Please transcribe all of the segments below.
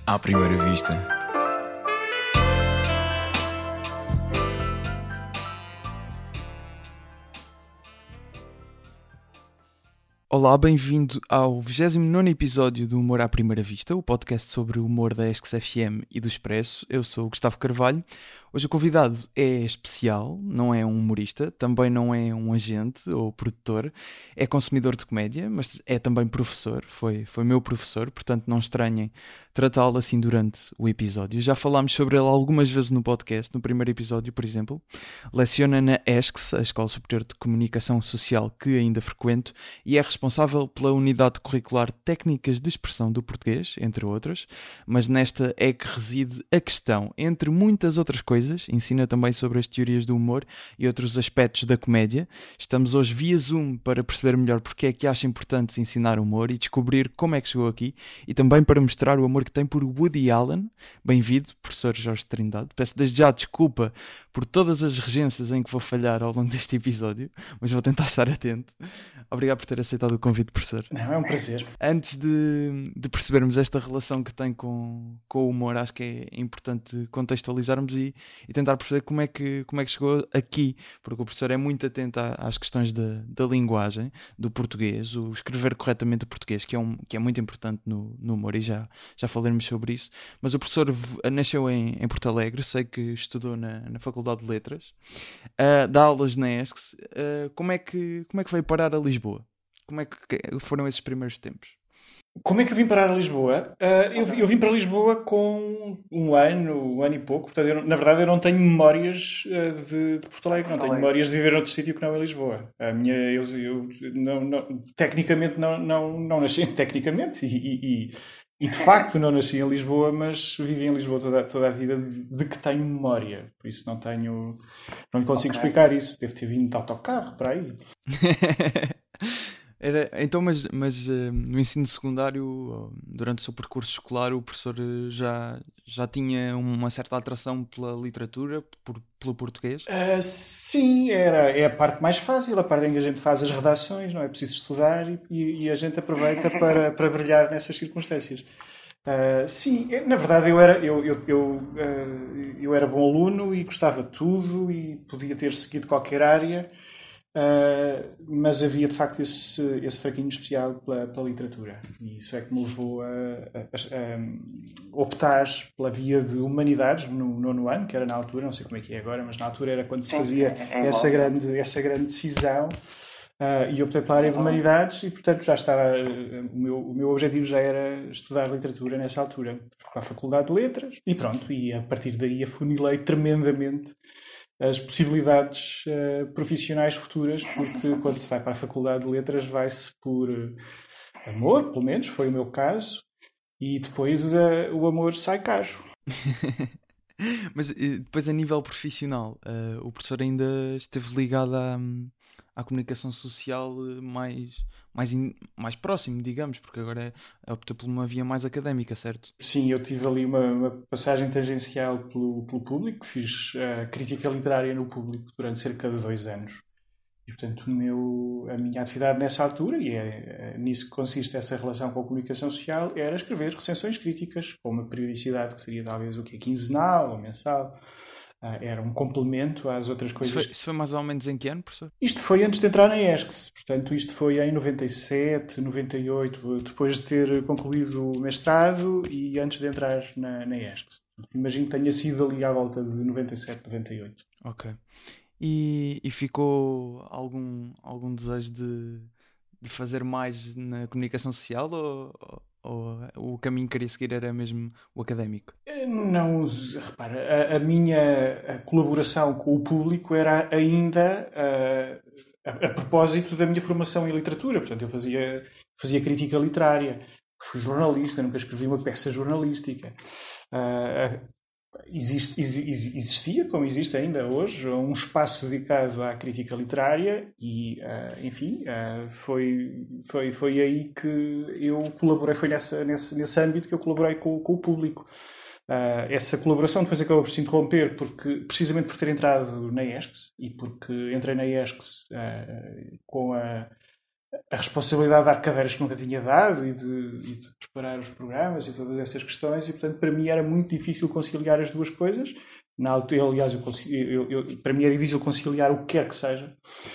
À primeira vista. Olá, bem-vindo ao 29º episódio do Humor à Primeira Vista, o podcast sobre o humor da ESC FM e do Expresso. Eu sou o Gustavo Carvalho. Hoje o convidado é especial, não é um humorista, também não é um agente ou produtor, é consumidor de comédia, mas é também professor, foi meu professor, portanto não estranhem tratá-lo assim durante o episódio. Já falámos sobre ele algumas vezes no podcast, no primeiro episódio, por exemplo. Leciona na ESCS, a Escola Superior de Comunicação Social que ainda frequento, e é responsável pela unidade curricular Técnicas de Expressão do Português, entre outras, mas nesta é que reside a questão. Entre muitas outras coisas, ensina também sobre as teorias do humor e outros aspectos da comédia. Estamos hoje via Zoom para perceber melhor porque é que acha importante ensinar humor e descobrir como é que chegou aqui, e também para mostrar o amor que tem por Woody Allen. Bem-vindo, professor Jorge Trindade. Peço desde já desculpa por todas as regências em que vou falhar ao longo deste episódio, mas vou tentar estar atento. Obrigado por ter aceitado o convite, professor. Não, é um prazer. Antes de percebermos esta relação que tem com o humor, acho que é importante contextualizarmos e tentar perceber como é que chegou aqui, porque o professor é muito atento às questões da linguagem, do português, o escrever corretamente o português, que é muito importante no humor, e já falaremos sobre isso. Mas o professor nasceu em Porto Alegre, sei que estudou na Faculdade de Letras, dá aulas na ESCS. Como é que veio parar a Lisboa? Como é que foram esses primeiros tempos? Como é que eu vim parar a Lisboa? Eu vim para Lisboa com um ano e pouco. Portanto, na verdade, eu não tenho memórias de Porto Alegre. Não tenho memórias de viver noutro sítio que não em Lisboa. Eu tecnicamente não nasci. Tecnicamente e de facto não nasci em Lisboa, mas vivi em Lisboa toda a vida de que tenho memória. Por isso não lhe consigo explicar isso. Devo ter vindo de autocarro para aí. Então, mas no ensino secundário, durante o seu percurso escolar, o professor já tinha uma certa atração pela literatura, pelo português? Sim, é a parte mais fácil, a parte em que a gente faz as redações, não é preciso estudar e a gente aproveita para brilhar nessas circunstâncias. Sim, na verdade eu era bom aluno e gostava de tudo e podia ter seguido qualquer área. Mas havia de facto esse fraquinho especial pela literatura, e isso é que me levou a optar pela via de humanidades no nono ano, que era na altura, não sei como é que é agora, mas na altura era quando se fazia essa grande decisão, e optei pela área de humanidades e portanto já estava, o meu objetivo já era estudar literatura nessa altura, para a Faculdade de Letras, e pronto, e a partir daí afunilei tremendamente as possibilidades profissionais futuras, porque quando se vai para a Faculdade de Letras vai-se por amor, pelo menos foi o meu caso, e depois o amor sai caro. Mas depois a nível profissional, o professor ainda esteve ligado à comunicação social mais próximo, digamos, porque agora optou por uma via mais académica, certo? Sim, eu tive ali uma passagem tangencial pelo Público, fiz crítica literária no Público durante cerca de 2 anos. E, portanto, a minha atividade nessa altura, e é nisso que consiste essa relação com a comunicação social, era escrever recensões críticas, com uma periodicidade que seria talvez quinzenal ou mensal. Era um complemento às outras coisas. Isso foi mais ou menos em que ano, professor? Isto foi antes de entrar na ESCS, portanto isto foi em 97, 98, depois de ter concluído o mestrado e antes de entrar na ESCS. Imagino que tenha sido ali à volta de 97, 98. Ok. E ficou algum desejo de fazer mais na comunicação social, ou o caminho que queria seguir era mesmo o académico? Não, repara, a minha colaboração com o Público era ainda a propósito da minha formação em literatura. Portanto, eu fazia crítica literária, fui jornalista, nunca escrevi uma peça jornalística. Existia, como existe ainda hoje, um espaço dedicado à crítica literária e, enfim, foi aí que eu colaborei, foi nesse âmbito que eu colaborei com o Público. Essa colaboração depois acabou por se interromper precisamente por ter entrado na ESCS, e porque entrei na ESCS com a responsabilidade de dar cadeiras que nunca tinha dado e de preparar os programas e todas essas questões, e portanto para mim era muito difícil conciliar as duas coisas. Na altura, aliás, para mim era difícil conciliar o que quer que seja.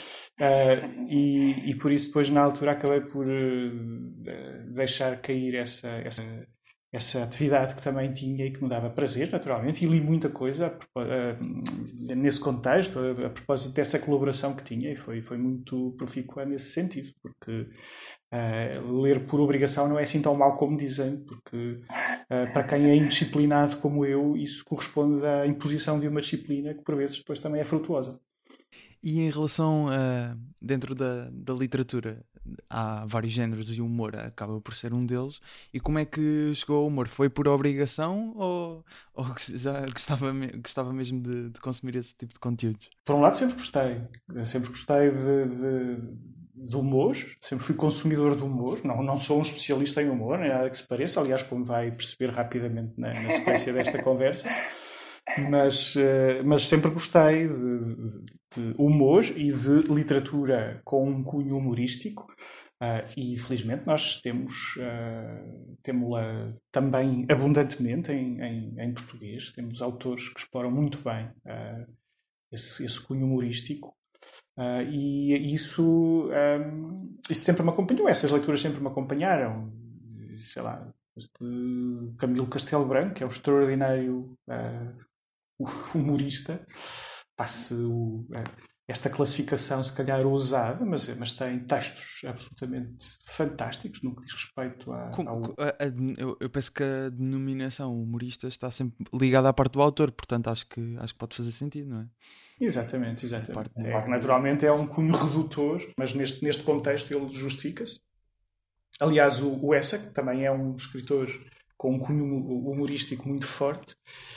E por isso depois na altura acabei por deixar cair essa atividade que também tinha e que me dava prazer, naturalmente, e li muita coisa nesse contexto, a propósito dessa colaboração que tinha, e foi muito profícua nesse sentido, porque ler por obrigação não é assim tão mau como dizem, porque para quem é indisciplinado como eu, isso corresponde à imposição de uma disciplina que por vezes depois também é frutuosa. E em relação dentro da literatura, há vários géneros e o humor acaba por ser um deles. E como é que chegou ao humor? Foi por obrigação ou já gostava mesmo de consumir esse tipo de conteúdos? Por um lado, sempre gostei. Eu sempre gostei de humor, sempre fui consumidor de humor. Não sou um especialista em humor, nem nada que se pareça. Aliás, como vai perceber rapidamente na sequência desta conversa. Mas sempre gostei de humor e de literatura com um cunho humorístico, e felizmente nós temos-la também abundantemente em português. Temos autores que exploram muito bem esse cunho humorístico, e isso sempre me acompanhou. Essas leituras sempre me acompanharam. Sei lá, de Camilo Castelo Branco, que é o extraordinário humorista, passe esta classificação se calhar ousada, mas tem textos absolutamente fantásticos no que diz respeito eu penso que a denominação humorista está sempre ligada à parte do autor, portanto acho que pode fazer sentido, não é? Exatamente. Naturalmente é um cunho redutor, mas neste contexto ele justifica-se. Aliás, o Essa, que também é um escritor com um cunho humorístico muito forte,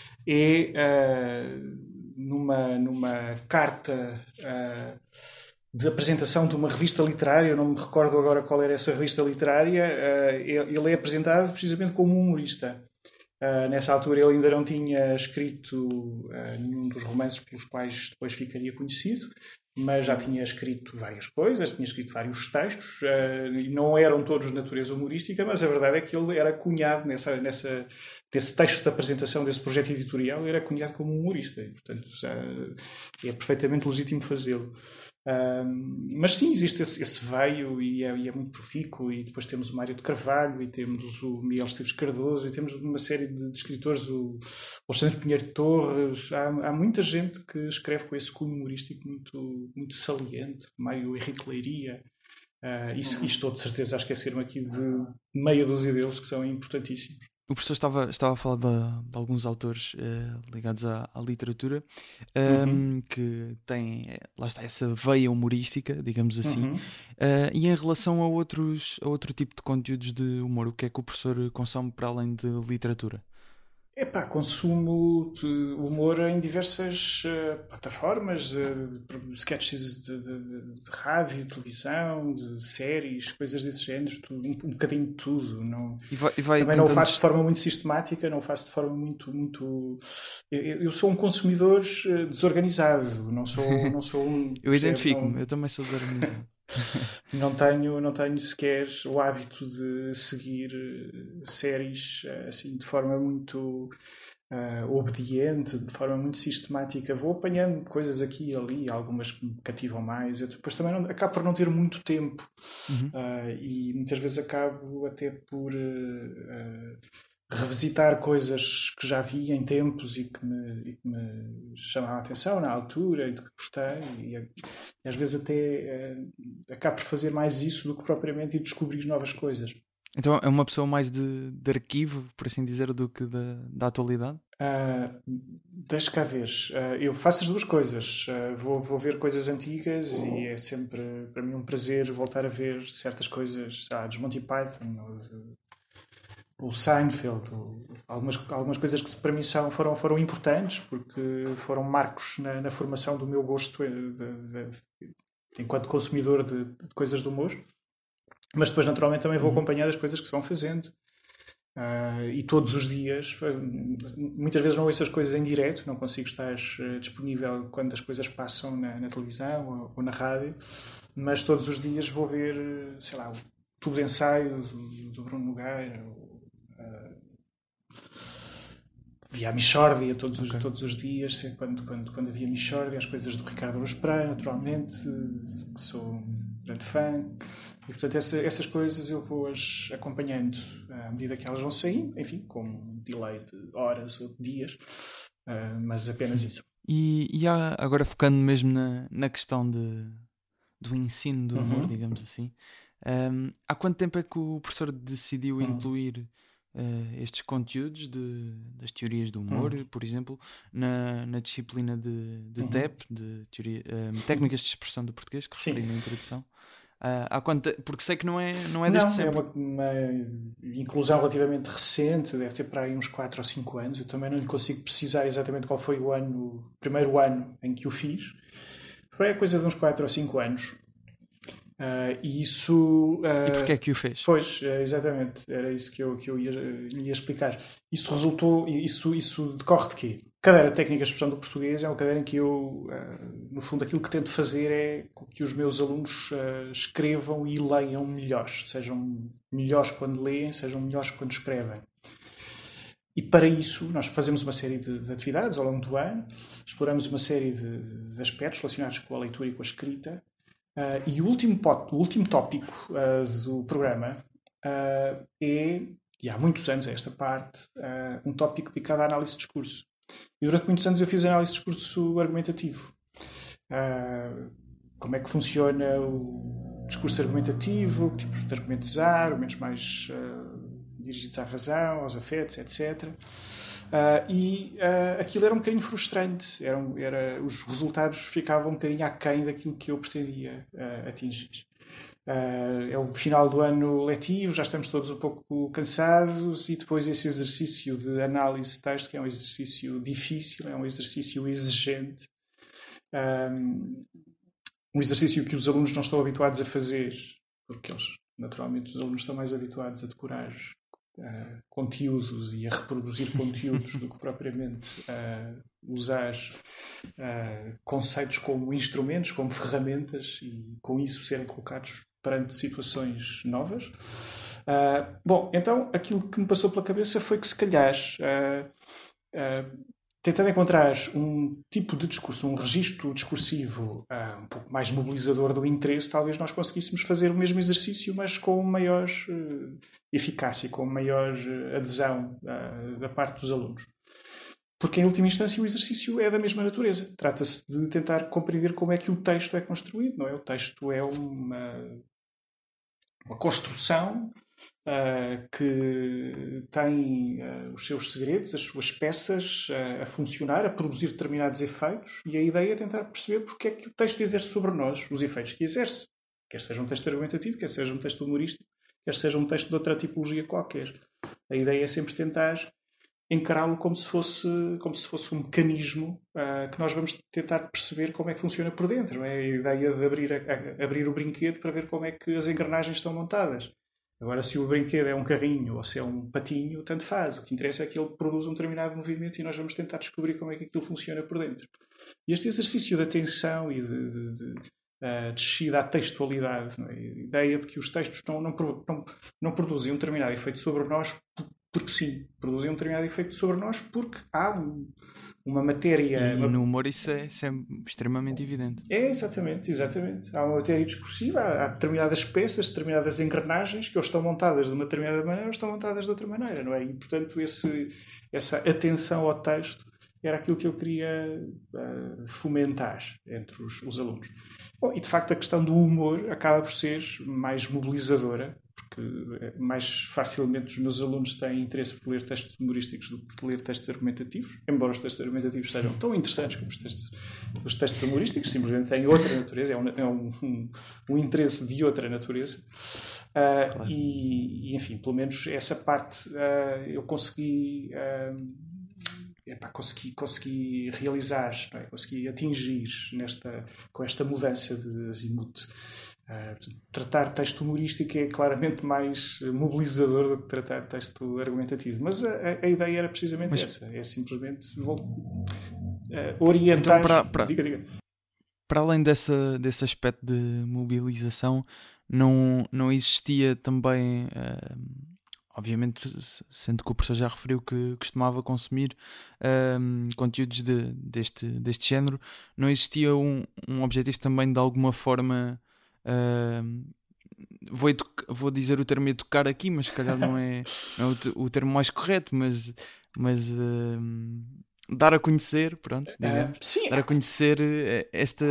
numa carta de apresentação de uma revista literária, eu não me recordo agora qual era essa revista literária, ele é apresentado precisamente como um humorista. Nessa altura ele ainda não tinha escrito nenhum dos romances pelos quais depois ficaria conhecido, mas já tinha escrito várias coisas, tinha escrito vários textos, e não eram todos de natureza humorística, mas a verdade é que ele era cunhado desse texto de apresentação, desse projeto editorial, ele era cunhado como humorista, e, portanto é perfeitamente legítimo fazê-lo. Mas sim, existe esse veio e é muito profícuo, e depois temos o Mário de Carvalho e temos o Miguel Esteves Cardoso e temos uma série de escritores, o Alexandre Pinheiro de Torres. Há muita gente que escreve com esse cunho humorístico muito, muito saliente, Mário Henrique Leiria, e estou de certeza a esquecer-me aqui de meia dúzia deles que são importantíssimos. O professor estava a falar de alguns autores ligados à literatura, que têm, lá está, essa veia humorística, digamos assim. E em relação a outro tipo de conteúdos de humor, o que é que o professor consome para além de literatura? Consumo de humor em diversas plataformas, sketches de rádio, televisão, de séries, coisas desse género, um bocadinho de tudo. Também não o faço de forma muito sistemática, não o faço de forma muito... Eu sou um consumidor desorganizado, não sou um... Eu identifico-me, eu também sou desorganizado. Não tenho sequer o hábito de seguir séries assim de forma muito obediente, de forma muito sistemática. Vou apanhando coisas aqui e ali, algumas que me cativam mais. Eu depois também acabo por não ter muito tempo, e muitas vezes acabo até por revisitar coisas que já vi em tempos e que me chamaram a atenção na altura e de que gostei, e às vezes até acabo por fazer mais isso do que propriamente ir descobrir novas coisas. Então é uma pessoa mais de arquivo, por assim dizer, do que da atualidade? Deixa cá ver. Eu faço as duas coisas. Vou ver coisas antigas e é sempre para mim um prazer voltar a ver certas coisas, dos Monty Python, o Seinfeld, algumas coisas que para mim foram importantes porque foram marcos na formação do meu gosto enquanto consumidor de coisas do humor. Mas depois naturalmente também vou acompanhar as coisas que se vão fazendo E todos os dias, muitas vezes não ouço as coisas em direto, não consigo estar disponível quando as coisas passam na televisão ou na rádio, mas todos os dias vou ver, sei lá, o tubo de ensaio do Bruno Nogueira, via a Mixórdia todos os dias, quando havia Mixórdia, as coisas do Ricardo Araújo Pereira, naturalmente, que sou um grande fã. E, portanto, essas coisas eu vou-as acompanhando à medida que elas vão saindo, enfim, com um delay de horas ou de dias, mas apenas isso. E agora focando mesmo na questão do ensino do humor, digamos assim, há quanto tempo é que o professor decidiu incluir estes conteúdos das teorias do humor, por exemplo, na disciplina de TEP, de técnicas de expressão do português, que referi na introdução? Porque sei que não é desde sempre. É uma inclusão relativamente recente, deve ter para aí uns 4 ou 5 anos. Eu também não lhe consigo precisar exatamente qual foi o primeiro ano em que o fiz. Foi a coisa de uns 4 ou 5 anos. E isso... E porquê é que o fez? Pois, exatamente. Era isso que eu ia explicar. Isso resultou... Isso decorre de quê? Cadeira de Técnicas de Expressão do Português é uma cadeira em que eu, no fundo, aquilo que tento fazer é que os meus alunos escrevam e leiam melhores. Sejam melhores quando leem, sejam melhores quando escrevem. E para isso nós fazemos uma série de atividades ao longo do ano, exploramos uma série de aspectos relacionados com a leitura e com a escrita. E o último tópico do programa é, e há muitos anos a esta parte, um tópico dedicado à análise de discurso. E durante muitos anos eu fiz análise de discurso argumentativo. Como é que funciona o discurso argumentativo, que tipos de argumentos há, argumentos mais dirigidos à razão, aos afetos, etc. Aquilo era um bocadinho frustrante. Os resultados ficavam um bocadinho aquém daquilo que eu pretendia atingir. É o final do ano letivo, já estamos todos um pouco cansados e depois esse exercício de análise de texto, que é um exercício difícil, é um exercício exigente, um exercício que os alunos não estão habituados a fazer, porque naturalmente os alunos estão mais habituados a decorar conteúdos e a reproduzir conteúdos do que propriamente usar conceitos como instrumentos, como ferramentas e com isso serem colocados perante situações novas. Então aquilo que me passou pela cabeça foi que se calhar tentando encontrar um tipo de discurso, um registro discursivo um pouco mais mobilizador do interesse, talvez nós conseguíssemos fazer o mesmo exercício, mas com maior eficácia, com maior adesão da parte dos alunos. Porque, em última instância, o exercício é da mesma natureza. Trata-se de tentar compreender como é que o texto é construído, não é? O texto é uma construção que tem os seus segredos, as suas peças a funcionar, a produzir determinados efeitos, e a ideia é tentar perceber porque é que o texto exerce sobre nós os efeitos que exerce. Quer seja um texto argumentativo, quer seja um texto humorístico, quer seja um texto de outra tipologia qualquer. A ideia é sempre tentar encará-lo como se fosse um mecanismo que nós vamos tentar perceber como é que funciona por dentro. Não é? A ideia de abrir o brinquedo para ver como é que as engrenagens estão montadas. Agora, se o brinquedo é um carrinho ou se é um patinho, tanto faz. O que interessa é que ele produza um determinado movimento e nós vamos tentar descobrir como é que aquilo funciona por dentro. E este exercício de atenção e de descida à textualidade, não é? A ideia de que os textos não produzem um determinado efeito sobre nós porque sim, produzem um determinado efeito sobre nós porque há uma matéria... E no humor isso é extremamente evidente. É, exatamente. Há uma matéria discursiva, há determinadas peças, determinadas engrenagens que ou estão montadas de uma determinada maneira ou estão montadas de outra maneira, não é? E, portanto, essa atenção ao texto era aquilo que eu queria fomentar entre os alunos. Bom, e, de facto, a questão do humor acaba por ser mais mobilizadora, porque mais facilmente os meus alunos têm interesse por ler textos humorísticos do que por ler textos argumentativos, embora os textos argumentativos sejam tão interessantes como os textos humorísticos, simplesmente têm outra natureza, é um interesse de outra natureza. Claro. E, enfim, pelo menos essa parte eu consegui... consegui realizar, não é? Consegui atingir com esta mudança de azimuth. Tratar texto humorístico é claramente mais mobilizador do que tratar texto argumentativo. Mas a ideia era precisamente essa. É simplesmente Então, orientar... Diga. para além desse aspecto de mobilização, não existia também, obviamente, sendo que o professor já referiu que costumava consumir conteúdos deste género, não existia um objetivo também de alguma forma. ahm, vou dizer o termo educar aqui, mas se calhar não é o termo mais correto, mas dar a conhecer, pronto, digamos, Sim. dar a conhecer esta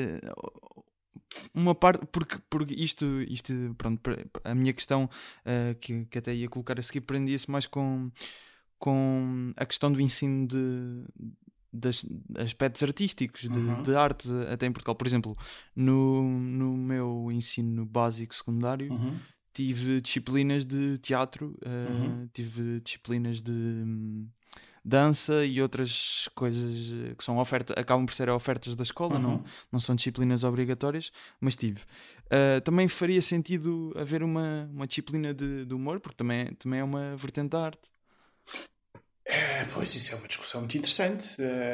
uma parte, porque isto pronto, a minha questão que até ia colocar a seguir prendia-se mais com a questão do ensino de aspectos artísticos, de arte, até em Portugal. Por exemplo, no meu ensino básico secundário, tive disciplinas de teatro, tive disciplinas de dança e outras coisas que são acabam por ser ofertas da escola, não são disciplinas obrigatórias, mas tive. Também faria sentido haver uma disciplina de humor, porque também é uma vertente da arte. Pois, isso é uma discussão muito interessante.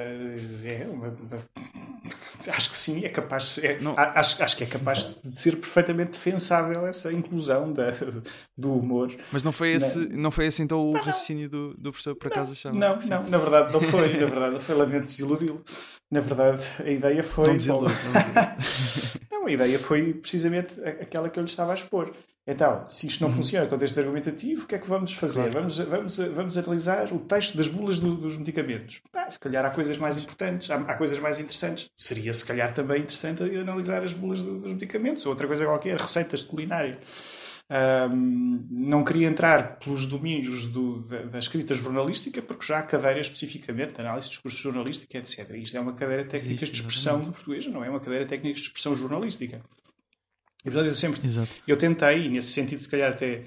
Acho que sim, é capaz. Acho que é capaz de ser perfeitamente defensável essa inclusão do humor. Mas não foi esse então o raciocínio do professor, por acaso achava? Não, na verdade não foi. Na verdade não foi, lamento desiludi-lo. Na verdade, a ideia foi. Não desilude. Não, a ideia foi precisamente aquela que eu lhe estava a expor. Então, se isto não funciona com o texto argumentativo, o que é que vamos fazer? Claro. Vamos analisar o texto das bulas dos medicamentos. Se calhar há coisas mais importantes, há coisas mais interessantes. Seria, se calhar, também interessante analisar as bulas dos medicamentos, ou outra coisa qualquer, receitas de culinária. Não queria entrar pelos domínios da escrita jornalística, porque já há cadeira especificamente de análise de discurso jornalístico, etc. Isto é uma cadeira de técnicas de expressão do português, não é uma cadeira de técnicas de expressão jornalística. E, portanto, eu tentei, nesse sentido, se calhar até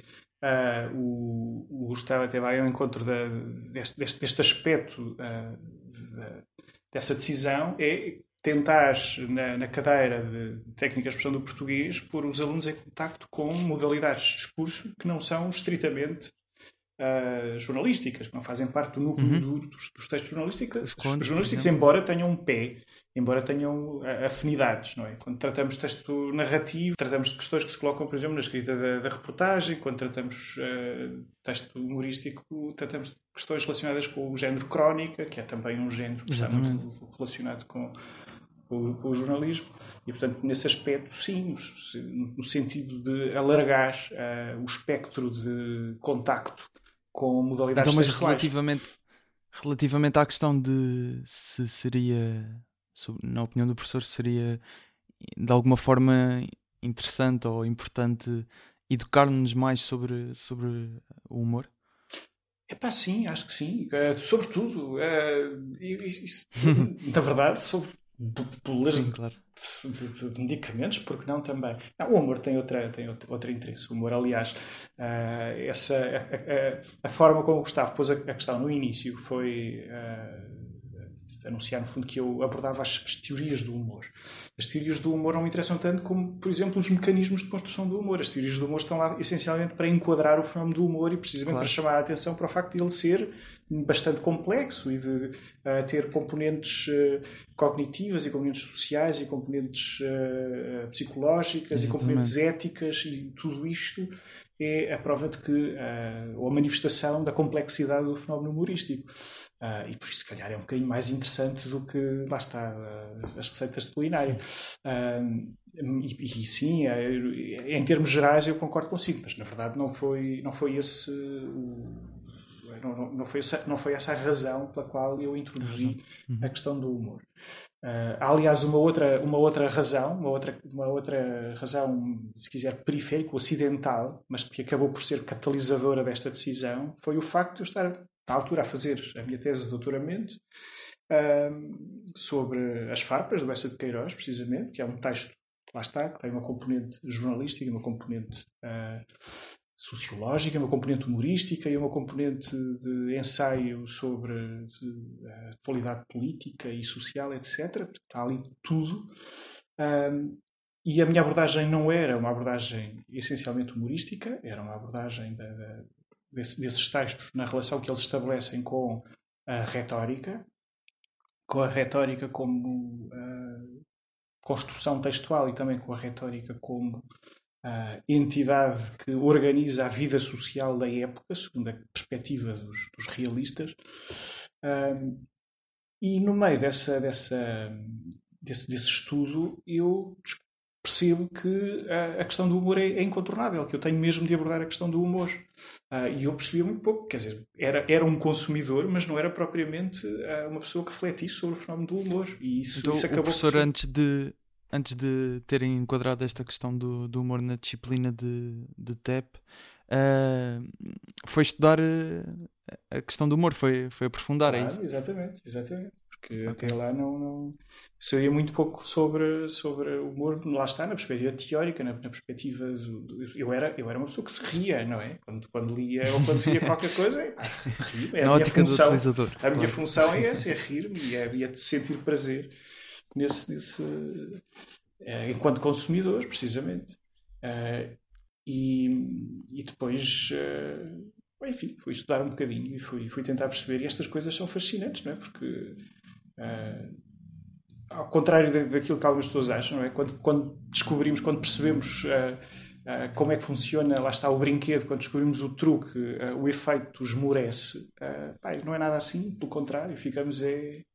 o Gustavo até vai ao encontro deste aspecto dessa decisão, é tentar, na cadeira de técnica de expressão do português, pôr os alunos em contacto com modalidades de discurso que não são estritamente jornalísticas, que não fazem parte do núcleo dos textos jornalísticos, embora tenham afinidades, não é? Quando tratamos de texto narrativo, tratamos de questões que se colocam, por exemplo, na escrita da reportagem. Quando tratamos de texto humorístico, tratamos de questões relacionadas com o género crónica, que é também um género que está muito relacionado com o jornalismo. E, portanto, nesse aspecto, sim, no sentido de alargar o espectro de contacto com modalidades textuais. Relativamente à questão de se seria, na opinião do professor, seria de alguma forma interessante ou importante educar-nos mais sobre o humor? Sim, acho que sim. Sobretudo, na verdade, sobre Sim, claro. de medicamentos, porque não também. O humor tem outro interesse. O humor, aliás, a forma como o Gustavo pôs a questão no início foi anunciar, no fundo, que eu abordava as teorias do humor. As teorias do humor não me interessam tanto como, por exemplo, os mecanismos de construção do humor. As teorias do humor estão lá essencialmente para enquadrar o fenómeno do humor e precisamente para chamar a atenção para o facto de ele ser bastante complexo e de ter componentes cognitivas e componentes sociais e componentes psicológicas. Exatamente. E componentes éticas, e tudo isto é a prova de que, ou a manifestação da complexidade do fenómeno humorístico. E por isso, se calhar, é um bocadinho mais interessante do que, lá está, as receitas de culinária. E sim, em termos gerais, eu concordo consigo, mas na verdade não foi esse não foi essa a razão pela qual eu introduzi a questão do humor. Há, aliás, uma outra razão, uma outra razão, se quiser, periférica, ocidental, mas que acabou por ser catalisadora desta decisão, foi o facto de eu estar, na altura, a fazer a minha tese de doutoramento sobre as farpas do Bessa de Queiroz, precisamente, que é um texto, lá está, que tem uma componente jornalística, uma componente sociológica, uma componente humorística e uma componente de ensaio sobre a atualidade política e social, etc. Está ali tudo. E a minha abordagem não era uma abordagem essencialmente humorística, era uma abordagem desses textos na relação que eles estabelecem com a retórica como construção textual e também com a retórica como entidade que organiza a vida social da época, segundo a perspectiva dos realistas. E no meio desse estudo, eu percebo que a questão do humor é incontornável, que eu tenho mesmo de abordar a questão do humor. E eu percebi muito pouco, quer dizer, era um consumidor, mas não era propriamente uma pessoa que refletisse sobre o fenómeno do humor. E isso Então, acabou o professor, por ser... antes de terem enquadrado esta questão do humor na disciplina de TEP, foi estudar a questão do humor, foi aprofundar, é isso? Claro, exatamente. Porque Ok. até lá não sabia muito pouco sobre o humor, lá está, na perspectiva teórica, na perspectiva... Eu era uma pessoa que se ria, não é? Quando lia ou quando via qualquer coisa, ria. É a Na minha ótica do função. utilizador. A minha Claro. função é essa, é rir-me e é sentir prazer enquanto consumidor, precisamente. E depois, enfim, fui estudar um bocadinho e fui tentar perceber. E estas coisas são fascinantes, não é? Porque, ao contrário daquilo que algumas pessoas acham, não é? Quando percebemos como é que funciona, lá está o brinquedo, quando descobrimos o truque, o efeito esmorece, não é nada assim, pelo contrário, ficamos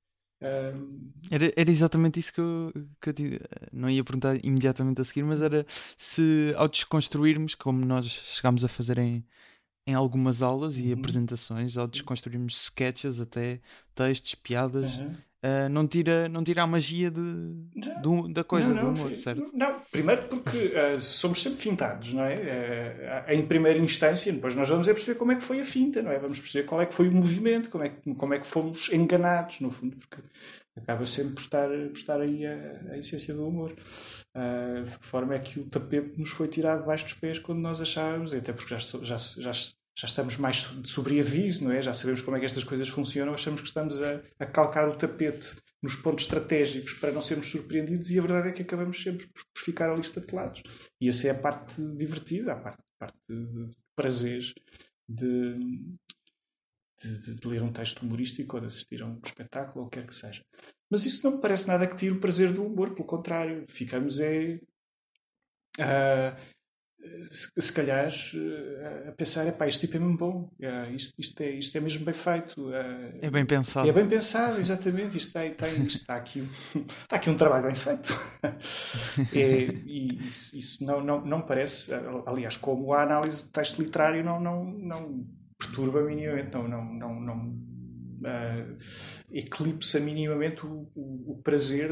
Era exatamente isso que eu não ia perguntar imediatamente a seguir, mas era se ao desconstruirmos, como nós chegámos a fazer em algumas aulas e apresentações, ao desconstruirmos sketches, até textos, piadas, não tira a magia da coisa, do humor, certo? Não, primeiro porque somos sempre fintados, não é? Em primeira instância, depois nós vamos perceber como é que foi a finta, não é? Vamos perceber qual é que foi o movimento, como é que fomos enganados, no fundo, porque acaba sempre por estar aí a essência do humor. De que forma é que o tapete nos foi tirado debaixo dos pés quando nós achávamos, até porque já estamos mais de sobreaviso, não é? Já sabemos como é que estas coisas funcionam, achamos que estamos a calcar o tapete nos pontos estratégicos para não sermos surpreendidos e a verdade é que acabamos sempre por ficar ali estatelados. E essa é a parte divertida, a parte de prazer de ler um texto humorístico ou de assistir a um espetáculo ou o que quer que seja. Mas isso não me parece nada que tire o prazer do humor, pelo contrário. Ficamos se calhar a pensar, este tipo é mesmo bom, isto é mesmo bem feito. É bem pensado. É bem pensado, exatamente. Isto está aqui um trabalho bem feito. E isso não me parece, aliás, como a análise de texto literário não perturba minimamente, não eclipsa minimamente o prazer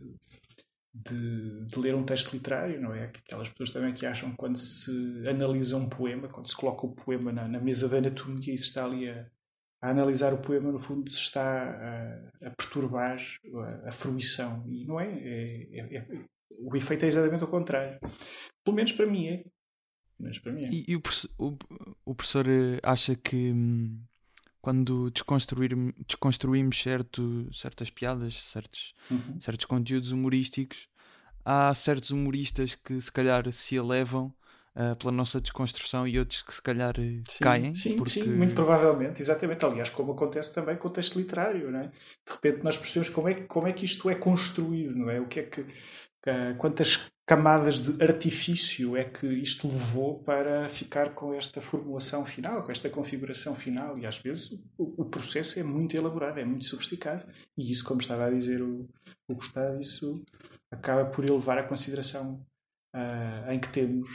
de ler um texto literário, não é? Aquelas pessoas também que acham que quando se analisa um poema, quando se coloca o poema na mesa da anatomia e se está ali a analisar o poema, no fundo se está a perturbar a fruição. E não é? O efeito é exatamente o contrário. Pelo menos para mim é. E o professor acha que quando desconstruímos certas piadas, certos conteúdos humorísticos, há certos humoristas que se calhar se elevam pela nossa desconstrução e outros que se calhar caem? Sim, porque... sim, muito provavelmente, exatamente. Aliás, como acontece também com o texto literário, não é? De repente nós percebemos como é que isto é construído, não é? O que é que quantas camadas de artifício é que isto levou para ficar com esta formulação final, com esta configuração final, e às vezes o processo é muito elaborado, é muito sofisticado, e isso, como estava a dizer o Gustavo, isso acaba por elevar a consideração em que temos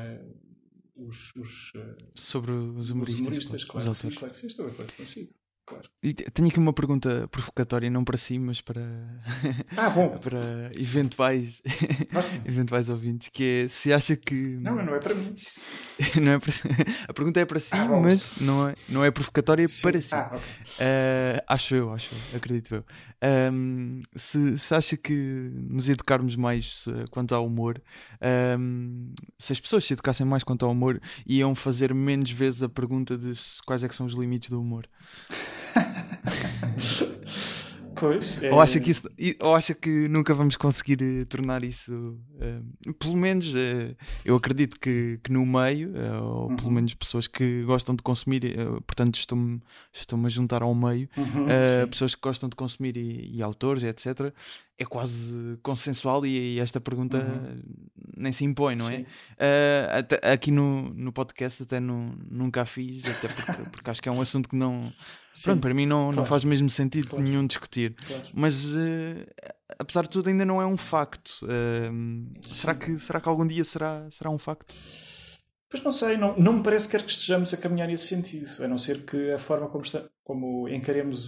sobre os humoristas, claro, os autores. Claro que sim, estou de acordo consigo. Claro. E tenho aqui uma pergunta provocatória, não para si, mas para, bom. para eventuais ouvintes, que é se acha que... Não é para mim. Não é para... A pergunta é para si, mas não é provocatória para si. Okay. Acho eu, acredito eu. Se acha que nos educarmos mais quanto ao humor, se as pessoas se educassem mais quanto ao humor, iam fazer menos vezes a pergunta de quais é que são os limites do humor. Pois, Ou acha que nunca vamos conseguir tornar isso? Pelo menos eu acredito que no meio, ou pelo menos pessoas que gostam de consumir, portanto estou-me a juntar ao meio, sim. pessoas que gostam de consumir e autores, etc. É quase consensual e esta pergunta nem se impõe, não é? Sim. Aqui no podcast até nunca a fiz, até porque acho que é um assunto que não. Pronto, Sim, para mim não claro, faz mesmo sentido claro, nenhum discutir. claro. Mas apesar de tudo ainda não é um facto. Sim. Será que algum dia será um facto? Pois não sei, não me parece que estejamos a caminhar nesse sentido, a não ser que a forma como encaremos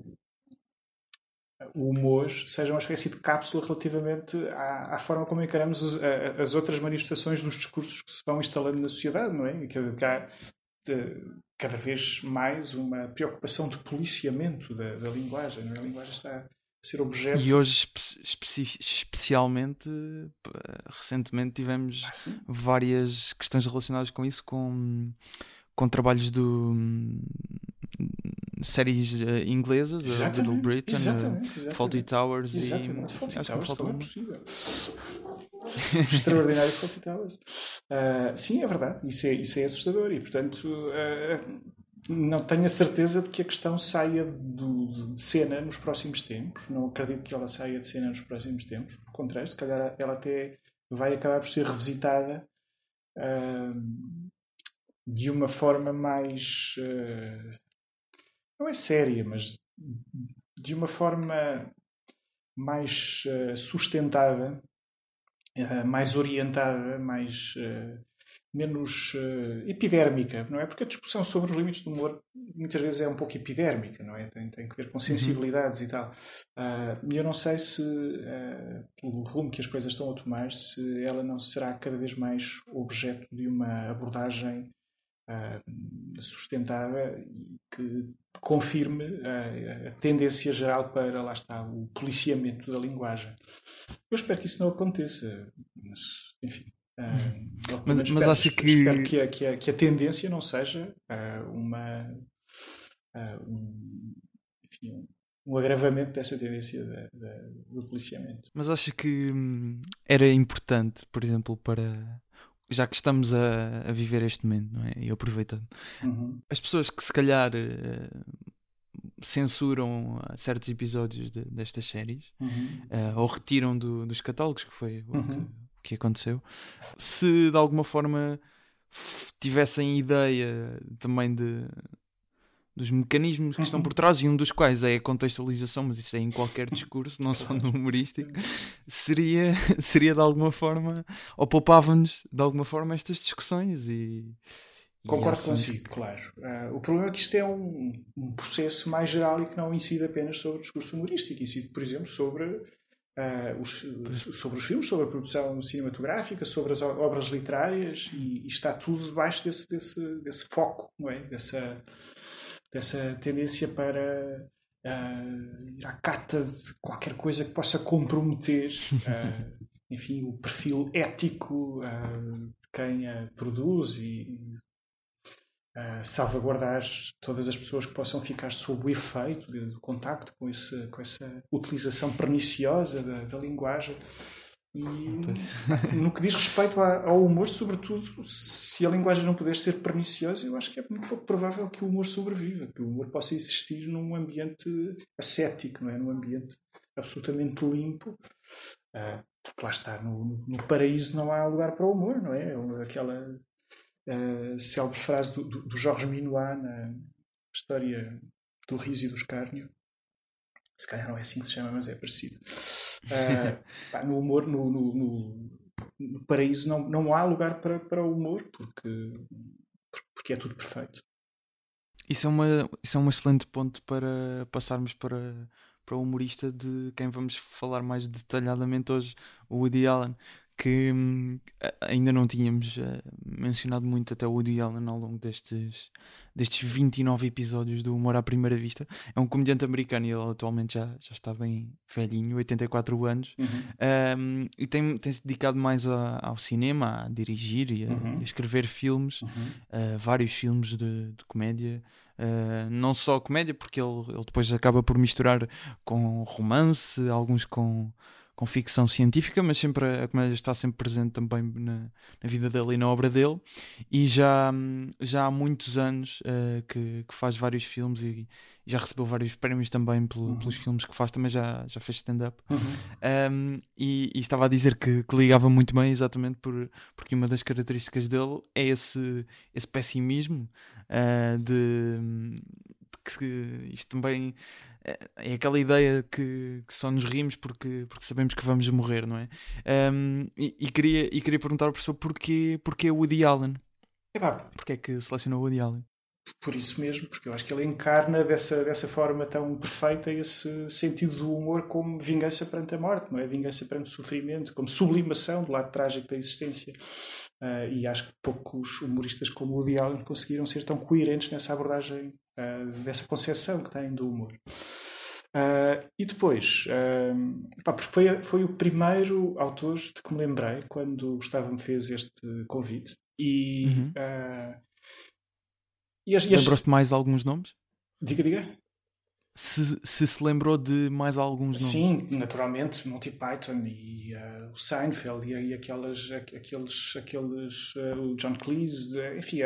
o humor seja uma espécie de cápsula relativamente à forma como encaramos as outras manifestações dos discursos que se vão instalando na sociedade, não é? Que há cada vez mais uma preocupação de policiamento da linguagem, não é? A linguagem está a ser objeto... E hoje, especialmente, recentemente tivemos várias questões relacionadas com isso, com trabalhos séries inglesas, a Little Britain, Fawlty Towers Exatamente. e Fawlty acho que me Towers, falta como é uma. possível? Extraordinário Fawlty Towers. Sim, é verdade. Isso é assustador e, portanto, não tenho a certeza de que a questão saia de cena nos próximos tempos. Não acredito que ela saia de cena nos próximos tempos. Por contrário, se calhar ela até vai acabar por ser revisitada de uma forma mais... não é séria, mas de uma forma mais sustentada, mais orientada, menos epidérmica, não é? Porque a discussão sobre os limites do humor muitas vezes é um pouco epidérmica, não é? Tem que ver com sensibilidades e tal. E eu não sei se, pelo rumo que as coisas estão a tomar, se ela não será cada vez mais objeto de uma abordagem sustentada e que confirme a tendência geral para, lá está, o policiamento da linguagem. Eu espero que isso não aconteça, mas, enfim. Mas acho que... Espero que a tendência não seja um agravamento dessa tendência do policiamento. Mas acho que era importante, por exemplo, para... Já que estamos a viver este momento, não é? E aproveitando. As pessoas que se calhar censuram certos episódios destas séries ou retiram dos catálogos, que foi o que aconteceu, se de alguma forma tivessem ideia também dos mecanismos que estão por trás, e um dos quais é a contextualização, mas isso é em qualquer discurso, não só no humorístico, seria de alguma forma, ou poupava-nos de alguma forma estas discussões Concordo consigo, claro. O problema é que isto é um processo mais geral e que não incide apenas sobre o discurso humorístico, incide, por exemplo, sobre os filmes, sobre a produção cinematográfica, sobre as obras literárias, e está tudo debaixo desse foco, não é? Dessa tendência para ir à cata de qualquer coisa que possa comprometer enfim, o perfil ético de quem a produz e salvaguardar todas as pessoas que possam ficar sob o efeito do contacto com essa utilização perniciosa da linguagem. E no que diz respeito ao humor, sobretudo, se a linguagem não puder ser perniciosa, eu acho que é muito pouco provável que o humor sobreviva, que o humor possa existir num ambiente ascético, não é? Num ambiente absolutamente limpo. Porque lá está, no paraíso não há lugar para o humor, não é? Aquela célebre frase do Jorge Minuá na história do riso e do escárnio. Se calhar não é assim que se chama, mas é parecido. No humor, no paraíso, não há lugar para o humor, porque é tudo perfeito. Isso é um excelente ponto para passarmos para o humorista de quem vamos falar mais detalhadamente hoje, o Woody Allen, que ainda não tínhamos mencionado muito até o Woody Allen ao longo destes 29 episódios do Humor à Primeira Vista. É um comediante americano e ele atualmente já está bem velhinho, 84 anos, e tem-se dedicado mais ao cinema, a dirigir e a escrever filmes, vários filmes de comédia. Não só comédia, porque ele depois acaba por misturar com romance, alguns com ficção científica, mas sempre a comédia está sempre presente também na vida dele e na obra dele, e já há muitos anos que faz vários filmes e já recebeu vários prémios também pelos filmes que faz, também já fez stand-up. E estava a dizer que ligava muito bem exatamente porque uma das características dele é esse pessimismo de que isto também é aquela ideia que só nos rimos porque sabemos que vamos morrer, não é? E queria perguntar ao professor porquê Woody Allen? Porquê é que selecionou Woody Allen? Por isso mesmo, porque eu acho que ele encarna dessa forma tão perfeita esse sentido do humor como vingança perante a morte, não é? Vingança perante o sofrimento, como sublimação do lado trágico da existência. E acho que poucos humoristas como Woody Allen conseguiram ser tão coerentes nessa abordagem dessa concepção que têm do humor. E depois, porque foi o primeiro autor de que me lembrei quando o Gustavo me fez este convite. Lembrou-se de mais alguns nomes? Diga. Se lembrou de mais alguns nomes? Sim, naturalmente, Monty Python e o Seinfeld e aqueles o John Cleese, enfim,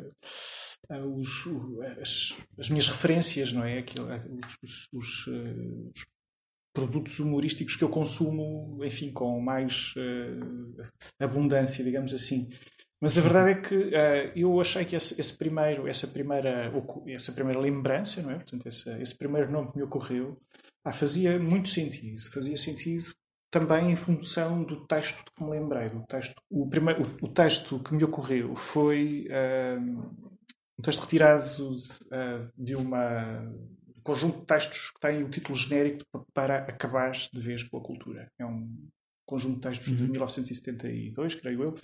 as minhas referências, não é? Os produtos humorísticos que eu consumo, enfim, com mais abundância, digamos assim. Mas a verdade é que eu achei que essa primeira lembrança, não é? Portanto, esse primeiro nome que me ocorreu, fazia muito sentido. Fazia sentido também em função do texto que me lembrei. O texto que me ocorreu foi um texto retirado de um conjunto de textos que tem o título genérico Para Acabares de Vez com a Cultura. É um conjunto de textos de 1972, creio eu.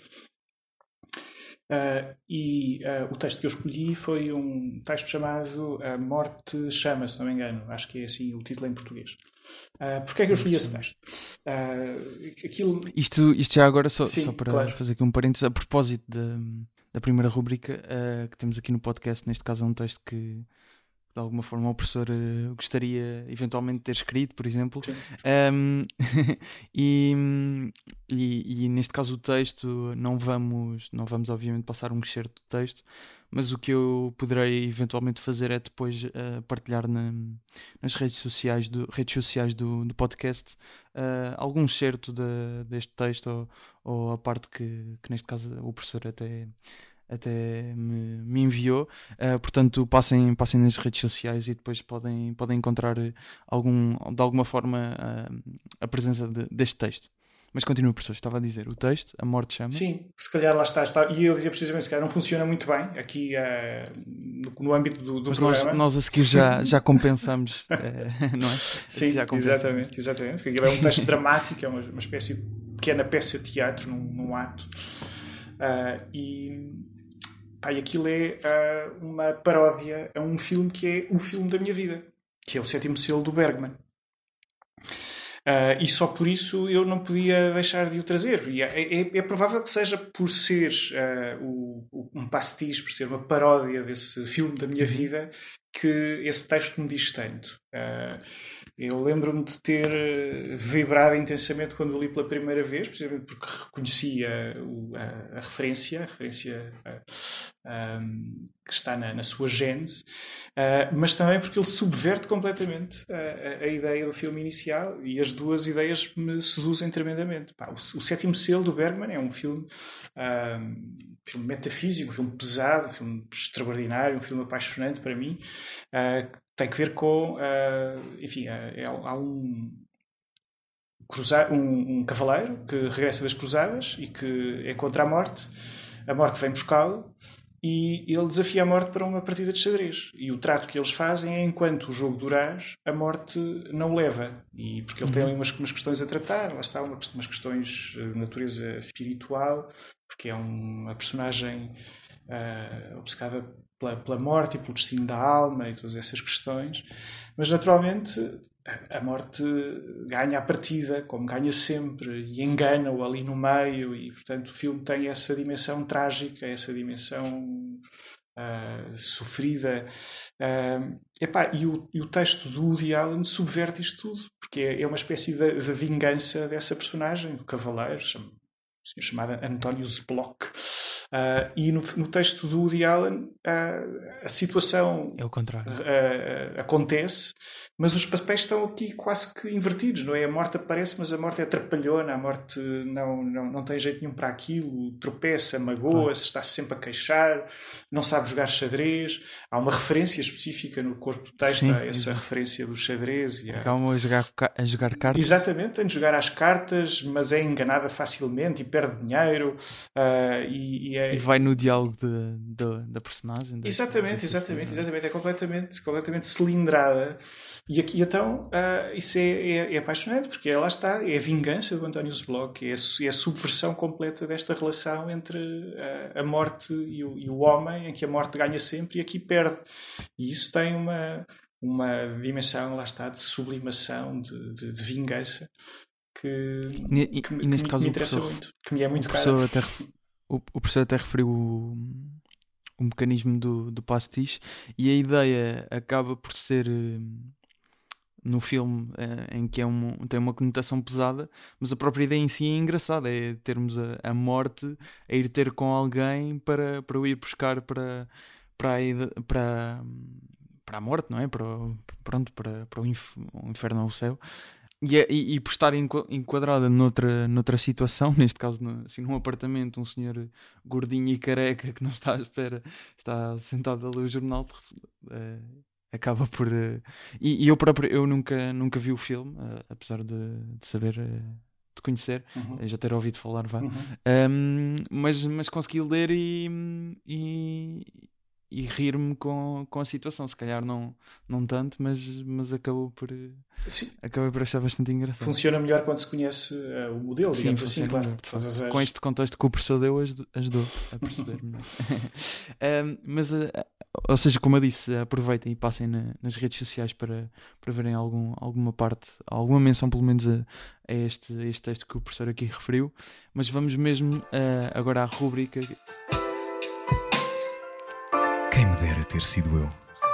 O texto que eu escolhi foi um texto chamado A Morte Chama, se não me engano. Acho que é assim o título em português. Porquê é que eu escolhi esse texto? Isto já agora, só para claro. fazer aqui um parênteses, a propósito da primeira rubrica que temos aqui no podcast, neste caso é um texto que de alguma forma o professor gostaria eventualmente de ter escrito, por exemplo. E neste caso o texto, não vamos obviamente passar um excerto do texto, mas o que eu poderei eventualmente fazer é depois partilhar nas redes sociais do podcast algum excerto deste texto ou a parte que neste caso o professor até me enviou, portanto passem nas redes sociais e depois podem encontrar de alguma forma a presença deste texto. Mas continua, professor, estava a dizer, o texto, A Morte Chama. Sim, se calhar lá está. E eu dizia precisamente, se calhar não funciona muito bem aqui no âmbito do mas programa. Nós a seguir já compensamos, não é? Sim, exatamente. Porque aquilo é um texto dramático, é uma espécie de pequena peça de teatro num ato. E aquilo é uma paródia a um filme que é o filme da minha vida, que é O Sétimo Selo do Bergman. E só por isso eu não podia deixar de o trazer. E é provável que seja por ser um pastiche, por ser uma paródia desse filme da minha vida, que esse texto me diz tanto. Eu lembro-me de ter vibrado intensamente quando o li pela primeira vez, precisamente porque reconhecia a referência que está na sua gênese, mas também porque ele subverte completamente a ideia do filme inicial, e as duas ideias me seduzem tremendamente. O Sétimo Selo do Bergman é um filme metafísico, um filme pesado, um filme extraordinário, um filme apaixonante para mim, tem que ver com, enfim, há um cavaleiro que regressa das cruzadas e que encontra a morte vem buscá-lo e ele desafia a morte para uma partida de xadrez. E o trato que eles fazem é, enquanto o jogo durar, a morte não o leva. E porque ele tem ali umas questões a tratar, lá está, umas questões de natureza espiritual, porque é uma personagem obcecada pela morte e pelo destino da alma e todas essas questões. Mas, naturalmente, a morte ganha a partida, como ganha sempre, e engana-o ali no meio, e portanto o filme tem essa dimensão trágica, essa dimensão sofrida. E o texto do Woody Allen subverte isto tudo, porque é uma espécie de vingança dessa personagem, do cavaleiro, chamado Antonius Block. E no texto do Woody Allen a situação é o contrário. Acontece, mas os papéis estão aqui quase que invertidos, não é? A morte aparece, mas a morte é trapalhona, a morte não tem jeito nenhum para aquilo, tropeça, magoa-se, está sempre a queixar, não sabe jogar xadrez. Há uma referência específica no corpo do texto, Sim, essa exato. referência do xadrez. Acabam a jogar cartas. Exatamente, tem de jogar às cartas, mas é enganada facilmente e perde dinheiro. E vai no diálogo da personagem. Exatamente. É completamente cilindrada. E aqui então isso é apaixonante, porque lá está, é a vingança do Antonius Block, é a subversão completa desta relação entre a morte e o homem, em que a morte ganha sempre e aqui perde. E isso tem uma dimensão, lá está, de sublimação, de vingança, que neste caso me interessa muito, que me é muito caro. O professor até referiu o mecanismo do pastiche, e a ideia acaba por ser no filme em que tem uma conotação pesada, mas a própria ideia em si é engraçada, é termos a morte a ir ter com alguém para o ir buscar para a morte, não é? Para o inferno ou o céu. E por estar enquadrada noutra situação, neste caso assim, num apartamento, um senhor gordinho e careca que não está à espera, está sentado a ler o jornal, acaba por... E eu próprio, eu nunca vi o filme, apesar de saber... de conhecer, já ter ouvido falar, mas consegui ler e rir-me com a situação. Se calhar não tanto, mas acabei por achar bastante engraçado. Funciona melhor quando se conhece o modelo, digamos assim, claro. Com este contexto que o professor deu, ajudou a perceber melhor. Ou seja, como eu disse, aproveitem e passem nas redes sociais para verem alguma parte, alguma menção pelo menos a este texto que o professor aqui referiu. Mas vamos mesmo agora à rúbrica... Quem me dera ter sido eu.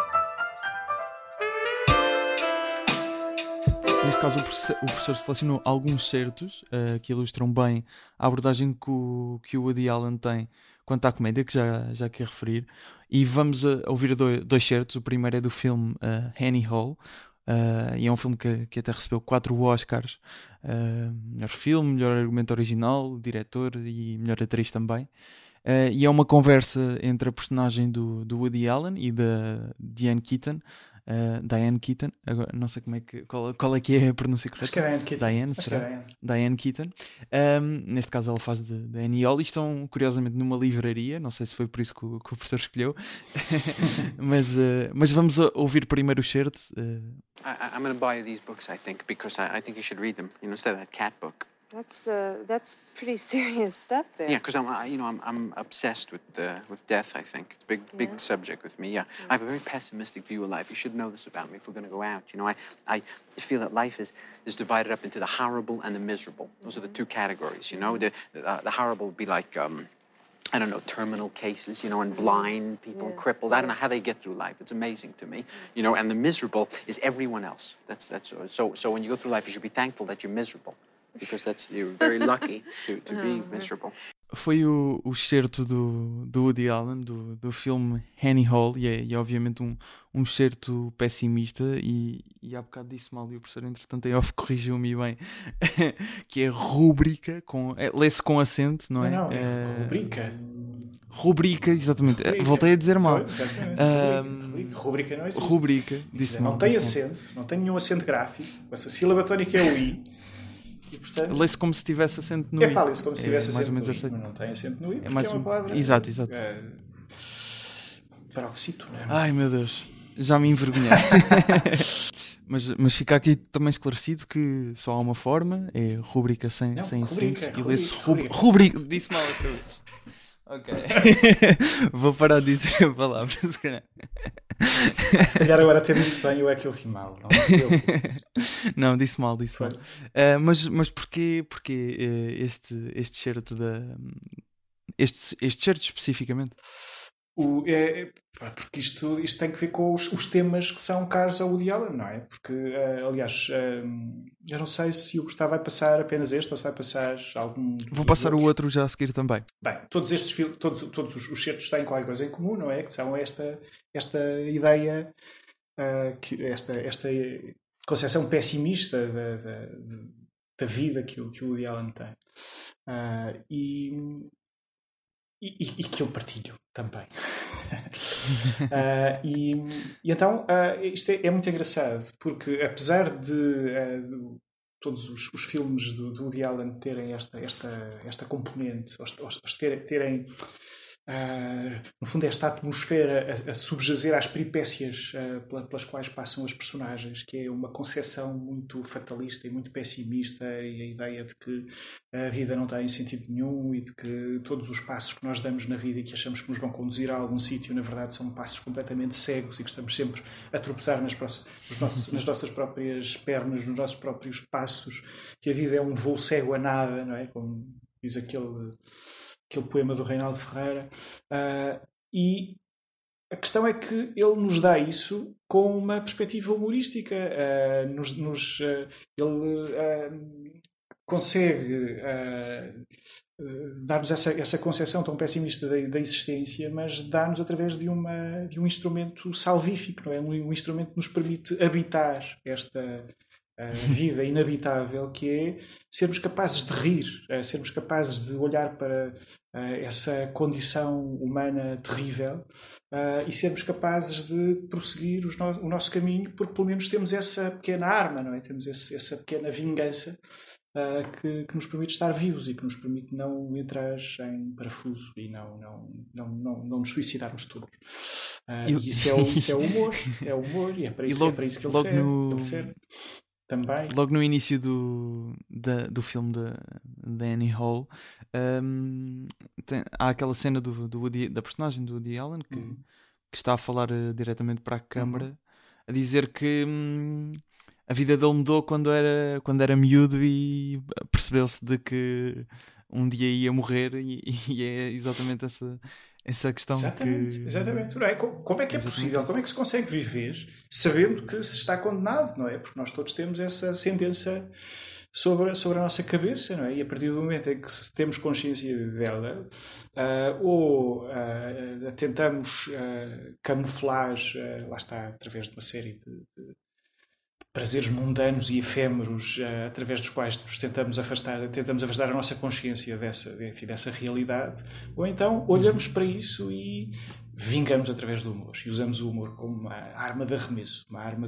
Neste caso, o professor selecionou alguns certos que ilustram bem a abordagem que o Woody Allen tem quanto à comédia, que já quer referir. E vamos ouvir dois certos. O primeiro é do filme Annie Hall, e é um filme que até recebeu 4 Oscars. Melhor filme, melhor argumento original, diretor e melhor atriz também. E é uma conversa entre a personagem do Woody Allen e da Diane Keaton. Agora, não sei qual é que é a pronúncia correta. Acho que é Diane Keaton. Diane, será? Diane Keaton. Neste caso ela faz de Annie Hall, e estão curiosamente numa livraria, não sei se foi por isso que o professor escolheu. mas vamos ouvir primeiro o certo. I'm going to buy you these books, I think, because I think you should read them, instead of that cat book. That's pretty serious stuff there. Yeah, because I'm obsessed with death. I think it's a big subject with me. Yeah, I have a very pessimistic view of life. You should know this about me if we're going to go out. I feel that life is divided up into the horrible and the miserable. Those are the two categories. The horrible would be like I don't know, terminal cases, and blind people, and cripples. I don't know how they get through life. It's amazing to me, And the miserable is everyone else. That's so when you go through life, you should be thankful that you're miserable. Because you're very lucky to be miserable. Foi o excerto do Woody Allen, do filme Annie Hall, e é obviamente um excerto pessimista, e há bocado disse mal, e o professor entretanto em off corrigiu-me bem, que é rúbrica, lê-se com acento, não é? Não, rubrica. Rubrica, exatamente. Voltei a dizer mal. Rubrica não é assim. Rubrica, disse mal. Não tem acento, não tem nenhum acento gráfico, essa sílaba tónica é o I. E, portanto, lê-se como se tivesse acento no I. Lê-se como se tivesse acento mais ou menos no I, mas não tem acento no I, porque mais é uma palavra... Exato. Paroxítona. Ai, meu Deus, já me envergonhei. Mas fica aqui também esclarecido que só há uma forma, é rubrica sem acentos. E lê-se rubrica. Disse mal outra vez. Ok. Vou parar de dizer a palavra, se calhar. Se calhar agora até disse bem, eu é que ouvi mal. Não, disse mal. Mas porquê este certo este certo especificamente? Porque isto tem que ver com os temas que são caros ao Woody Allen, não é? Porque, aliás, eu não sei se o Gustavo vai passar apenas este ou se vai passar algum. Vou passar o outro já a seguir também. Bem, todos estes filmes, todos os certos têm qualquer coisa em comum, não é? Que são esta ideia, esta concepção pessimista da vida que o Woody Allen tem. E que eu partilho também. E então isto é muito engraçado, porque apesar de todos os filmes do Woody Allen terem esta componente, terem no fundo esta atmosfera a subjazer às peripécias pelas quais passam as personagens, que é uma concepção muito fatalista e muito pessimista, e a ideia de que a vida não tem sentido nenhum e de que todos os passos que nós damos na vida e que achamos que nos vão conduzir a algum sítio, na verdade são passos completamente cegos e que estamos sempre a tropeçar nas nossas próprias pernas, nos nossos próprios passos, que a vida é um voo cego a nada, não é? Como diz aquele poema do Reinaldo Ferreira, e a questão é que ele nos dá isso com uma perspectiva humorística. Ele consegue dar-nos essa concepção tão pessimista da existência, mas dá-nos através de um instrumento salvífico, não é? Um instrumento que nos permite habitar esta vida inabitável, que é sermos capazes de rir, sermos capazes de olhar para essa condição humana terrível e sermos capazes de prosseguir o nosso caminho, porque pelo menos temos essa pequena arma, não é? Temos essa pequena vingança que nos permite estar vivos e que nos permite não entrar em parafuso e não nos suicidarmos todos. E isso é o humor, e é para isso que ele serve. Também. Logo no início do filme da Annie Hall, há aquela cena da personagem do Woody Allen que está a falar diretamente para a câmara, a dizer que a vida dele mudou quando era miúdo e percebeu-se de que um dia ia morrer, e é exatamente essa questão. Exatamente. Não é? Como é que é possível? Como é que se consegue viver sabendo que se está condenado, não é? Porque nós todos temos essa sentença sobre a nossa cabeça, não é? E a partir do momento em que temos consciência dela, ou tentamos camuflar, lá está, através de uma série de prazeres mundanos e efêmeros, através dos quais nos tentamos afastar a nossa consciência dessa realidade, ou então olhamos para isso e vingamos através do humor, e usamos o humor como uma arma de arremesso, uma arma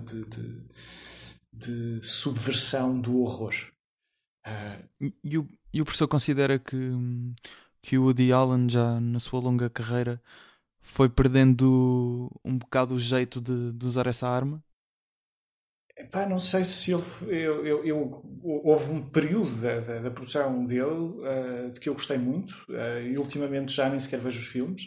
de subversão do horror. E o professor considera que o Woody Allen, já na sua longa carreira, foi perdendo um bocado o jeito de usar essa arma? Não sei se houve um período da produção dele de que eu gostei muito, e ultimamente já nem sequer vejo os filmes.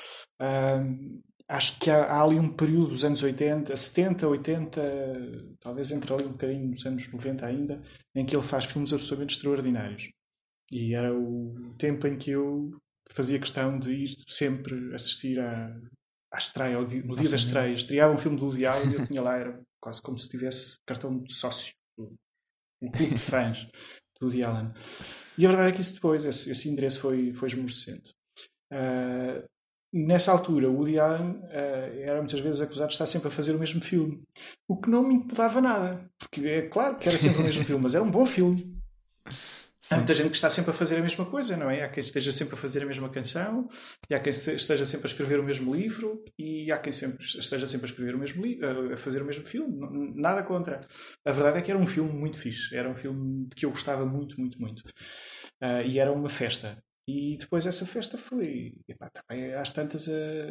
Acho que há ali um período dos anos 80, 70, 80, talvez entre ali um bocadinho nos anos 90 ainda, em que ele faz filmes absolutamente extraordinários. E era o tempo em que eu fazia questão de ir sempre assistir à estreia, no dia da estreia. Estreava um filme do Woody Allen e eu tinha lá, era quase como se tivesse cartão de sócio, um clube de fãs do Woody Allen. E a verdade é que isso depois, esse endereço foi esmorecendo. Nessa altura, o Woody Allen era muitas vezes acusado de estar sempre a fazer o mesmo filme, o que não me incomodava nada, porque é claro que era sempre o mesmo filme, mas era um bom filme. Há muita gente que está sempre a fazer a mesma coisa, não é? Há quem esteja sempre a fazer a mesma canção, e há quem esteja sempre a escrever o mesmo livro, e há quem esteja sempre a escrever a fazer o mesmo filme. Nada contra. A verdade é que era um filme muito fixe. Era um filme que eu gostava muito, muito, muito. E era uma festa. E depois essa festa foi, epá, também às tantas,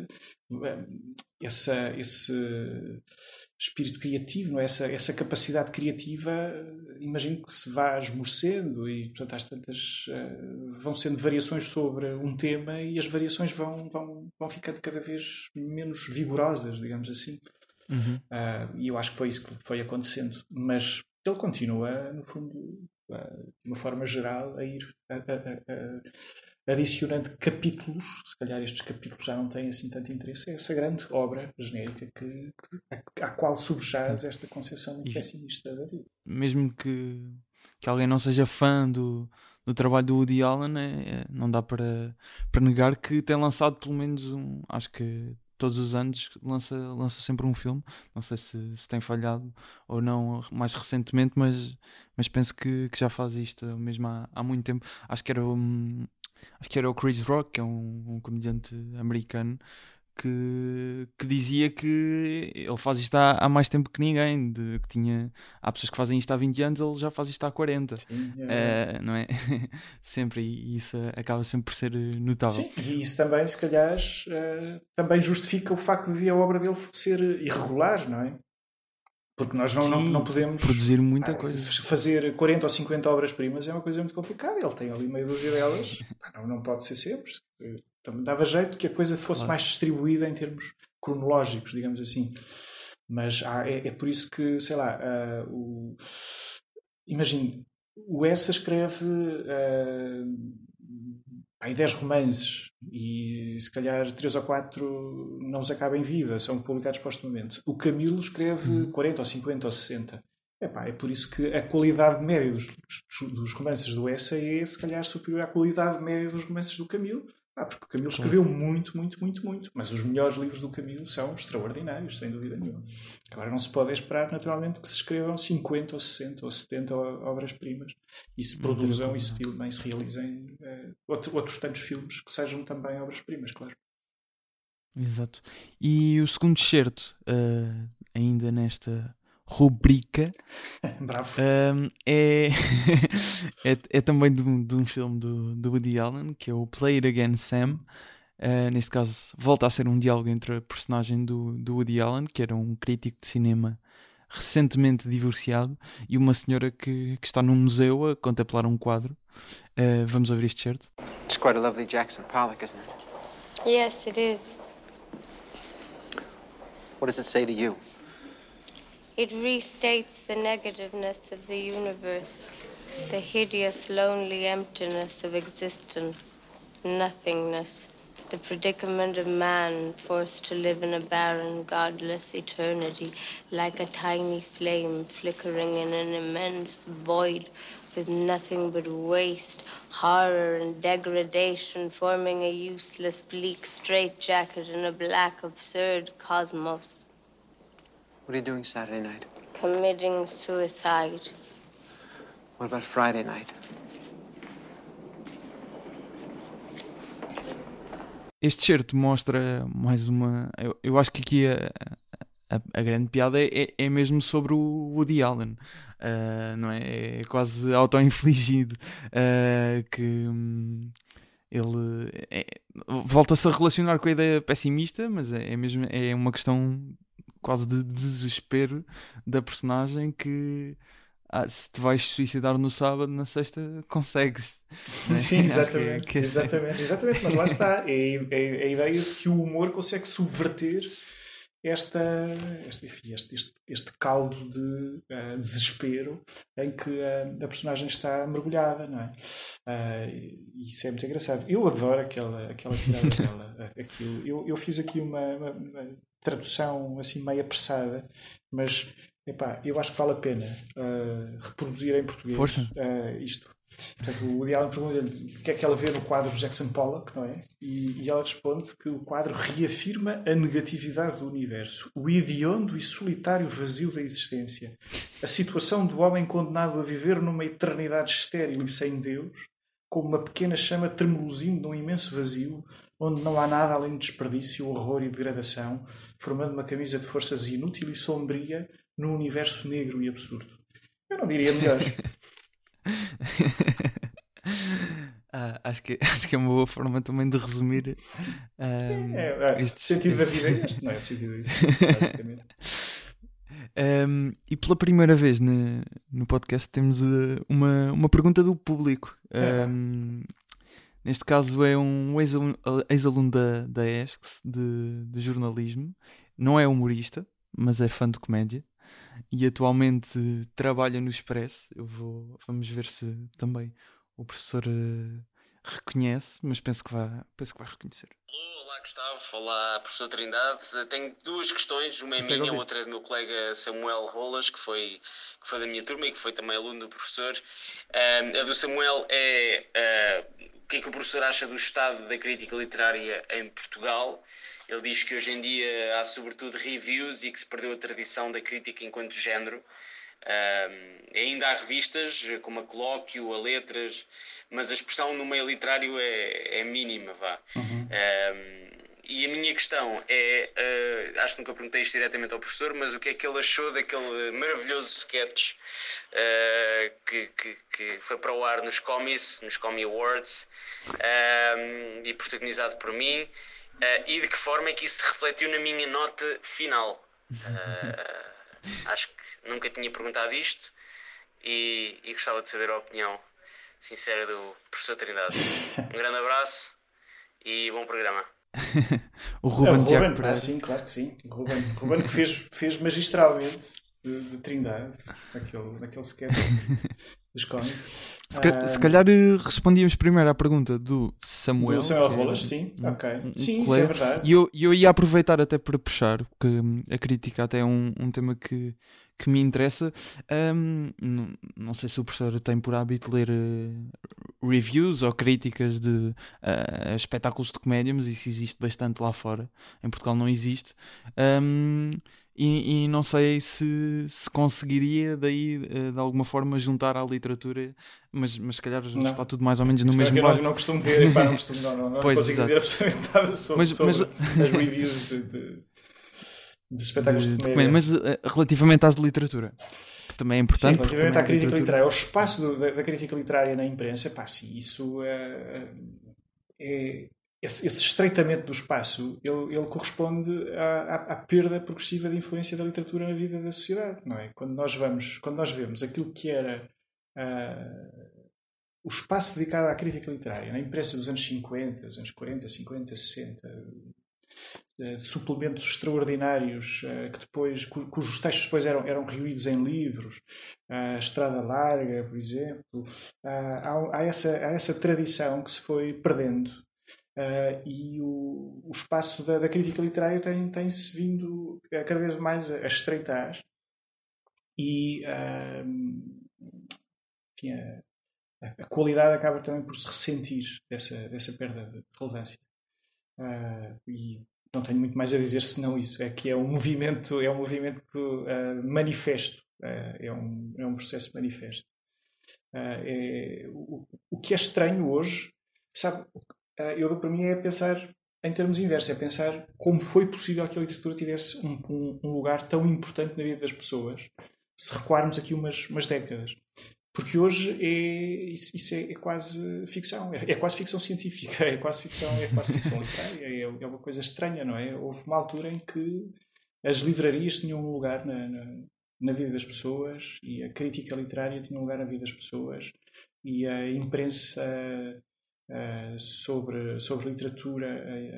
esse espírito criativo, não é? Essa capacidade criativa, imagino que se vá esmorecendo e, portanto, às tantas vão sendo variações sobre um tema e as variações vão ficando cada vez menos vigorosas, digamos assim. E eu acho que foi isso que foi acontecendo. Mas ele continua, no fundo, de uma forma geral, a ir adicionando capítulos. Se calhar estes capítulos já não têm assim tanto interesse. É essa grande obra genérica à qual subjaz esta concepção muito pessimista da vida. Mesmo que alguém não seja fã do trabalho do Woody Allen, não dá para negar que tem lançado pelo menos acho que todos os anos lança sempre um filme. Não sei se tem falhado ou não mais recentemente, mas penso que já faz isto mesmo há muito tempo. Acho que era o Chris Rock, que é um comediante americano, que dizia que ele faz isto há mais tempo que ninguém, há pessoas que fazem isto há 20 anos, ele já faz isto há 40. Sim, não é? Sempre, e isso acaba sempre por ser notável. Sim, e isso também, se calhar, também justifica o facto de a obra dele ser irregular, não é? Porque nós não podemos produzir muita coisa. Fazer 40 ou 50 obras-primas é uma coisa muito complicada. Ele tem ali meia dúzia delas. Não pode ser sempre. Também dava jeito que a coisa fosse mais distribuída em termos cronológicos, digamos assim. Mas é por isso que, sei lá, imagine, o Essa escreve 10 romances e se calhar 3 ou 4 não os acaba em vida, são publicados postumamente. O Camilo escreve 40 ou 50 ou 60. É por isso que a qualidade média dos romances do Essa é se calhar superior à qualidade média dos romances do Camilo. Porque o Camilo escreveu muito, muito, muito, muito. Mas os melhores livros do Camilo são extraordinários, sem dúvida nenhuma. Agora não se pode esperar, naturalmente, que se escrevam 50 ou 60 ou 70 obras-primas e se produzam e se filmem, se realizem outros tantos filmes que sejam também obras-primas, claro. Exato. E o segundo excerto, ainda nesta rubrica, Bravo. é também de um filme do Woody Allen, que é o Play It Again, Sam. Neste caso volta a ser um diálogo entre a personagem do Woody Allen, que era um crítico de cinema recentemente divorciado, e uma senhora que está num museu a contemplar um quadro. Vamos ouvir este certo. It's quite a lovely Jackson Pollock, isn't it? Yes, it is. What does it say to you? It restates the negativeness of the universe, the hideous, lonely emptiness of existence, nothingness, the predicament of man forced to live in a barren, godless eternity, like a tiny flame flickering in an immense void, with nothing but waste, horror, and degradation, forming a useless, bleak straitjacket in a black, absurd cosmos. What are you doing Saturday night? Committing suicide. What about Friday night? Este certo mostra mais uma... Eu acho que aqui a grande piada é mesmo sobre o Woody Allen, não é? É quase auto-infligido, que ele volta-se a relacionar com a ideia pessimista, mas é uma questão quase de desespero da personagem que se te vais suicidar no sábado, na sexta consegues. Né? Sim, exatamente. Exatamente, mas lá está. É a ideia de que o humor consegue subverter este caldo de desespero em que a personagem está mergulhada, não é? Isso é muito engraçado. Eu adoro aquela tirada dela. Eu fiz aqui uma tradução assim meio apressada, mas eu acho que vale a pena reproduzir em português. Força. Isto. Portanto, o Woody Allen pergunta-lhe o que é que ela vê no quadro de Jackson Pollock, não é? E ela responde que o quadro reafirma a negatividade do universo, o hediondo e solitário vazio da existência, a situação do homem condenado a viver numa eternidade estéril e sem Deus, como uma pequena chama tremuluzindo num imenso vazio, onde não há nada além de desperdício, horror e degradação, formando uma camisa de forças inútil e sombria num universo negro e absurdo. Eu não diria melhor. acho que é uma boa forma também de resumir O sentido da vida é este, não é? O sentido da existência, basicamente. E pela primeira vez no podcast temos uma pergunta do público. Neste caso é um ex-aluno da ESCS de jornalismo. Não é humorista, mas é fã de comédia. E atualmente trabalha no Expresso. Vamos ver se também o professor reconhece, mas penso que vai reconhecer. Olá Gustavo, olá professor Trindade. Tenho duas questões, uma é minha, outra é do meu colega Samuel Rolas, que foi da minha turma e que foi também aluno do professor. A do Samuel é o que é que o professor acha do estado da crítica literária em Portugal. Ele diz que hoje em dia há sobretudo reviews e que se perdeu a tradição da crítica enquanto género. Ainda há revistas como a Colóquio, a Letras, mas a expressão no meio literário é mínima, vá. E a minha questão é, acho que nunca perguntei isto diretamente ao professor, mas o que é que ele achou daquele maravilhoso sketch que foi para o ar nos Commie Awards, e protagonizado por mim, e de que forma é que isso se refletiu na minha nota final. Acho que nunca tinha perguntado isto e gostava de saber a opinião sincera do professor Trindade. Um grande abraço e bom programa. O Ruben Tiago Pereira. Sim, claro que sim. O Ruben que fez magistralmente de Trindade naquele sketch dos cómicos. Se calhar respondíamos primeiro à pergunta do Samuel. Do Samuel Rolas, sim. Ok. Sim, isso é verdade. E eu ia aproveitar até para puxar, porque a crítica até é um tema que me interessa. Não sei se o professor tem por hábito ler reviews ou críticas de espetáculos de comédia, mas isso existe bastante lá fora. Em Portugal não existe. E não sei se conseguiria daí de alguma forma juntar à literatura, mas se calhar está tudo mais ou menos no mesmo barco. Não costumo ver, não pois, consigo dizer absolutamente nada sobre as reviews de espetáculos de comédia. Mas relativamente às de literatura, que também é importante. Sim, relativamente à crítica literária, ao espaço da crítica literária na imprensa, sim, isso esse estreitamento do espaço, ele corresponde à perda progressiva de influência da literatura na vida da sociedade, não é? Quando nós vemos aquilo que era o espaço dedicado à crítica literária na imprensa dos anos 50, dos anos 40, 50, 60, suplementos extraordinários cujos textos depois eram reunidos em livros, a Estrada Larga, por exemplo, há essa tradição que se foi perdendo. E o espaço da crítica literária tem-se vindo cada vez mais a estreitar e enfim, a qualidade acaba também por se ressentir dessa perda de relevância. E não tenho muito mais a dizer senão isso, é que é um movimento manifesto, é um processo manifesto. O que é estranho hoje, sabe, para mim é pensar em termos inversos, é pensar como foi possível que a literatura tivesse um lugar tão importante na vida das pessoas, se recuarmos aqui umas décadas. Porque hoje isso é quase ficção, é quase ficção científica, é quase ficção literária, é uma coisa estranha, não é? Houve uma altura em que as livrarias tinham um lugar na vida das pessoas e a crítica literária tinha um lugar na vida das pessoas e a imprensa sobre literatura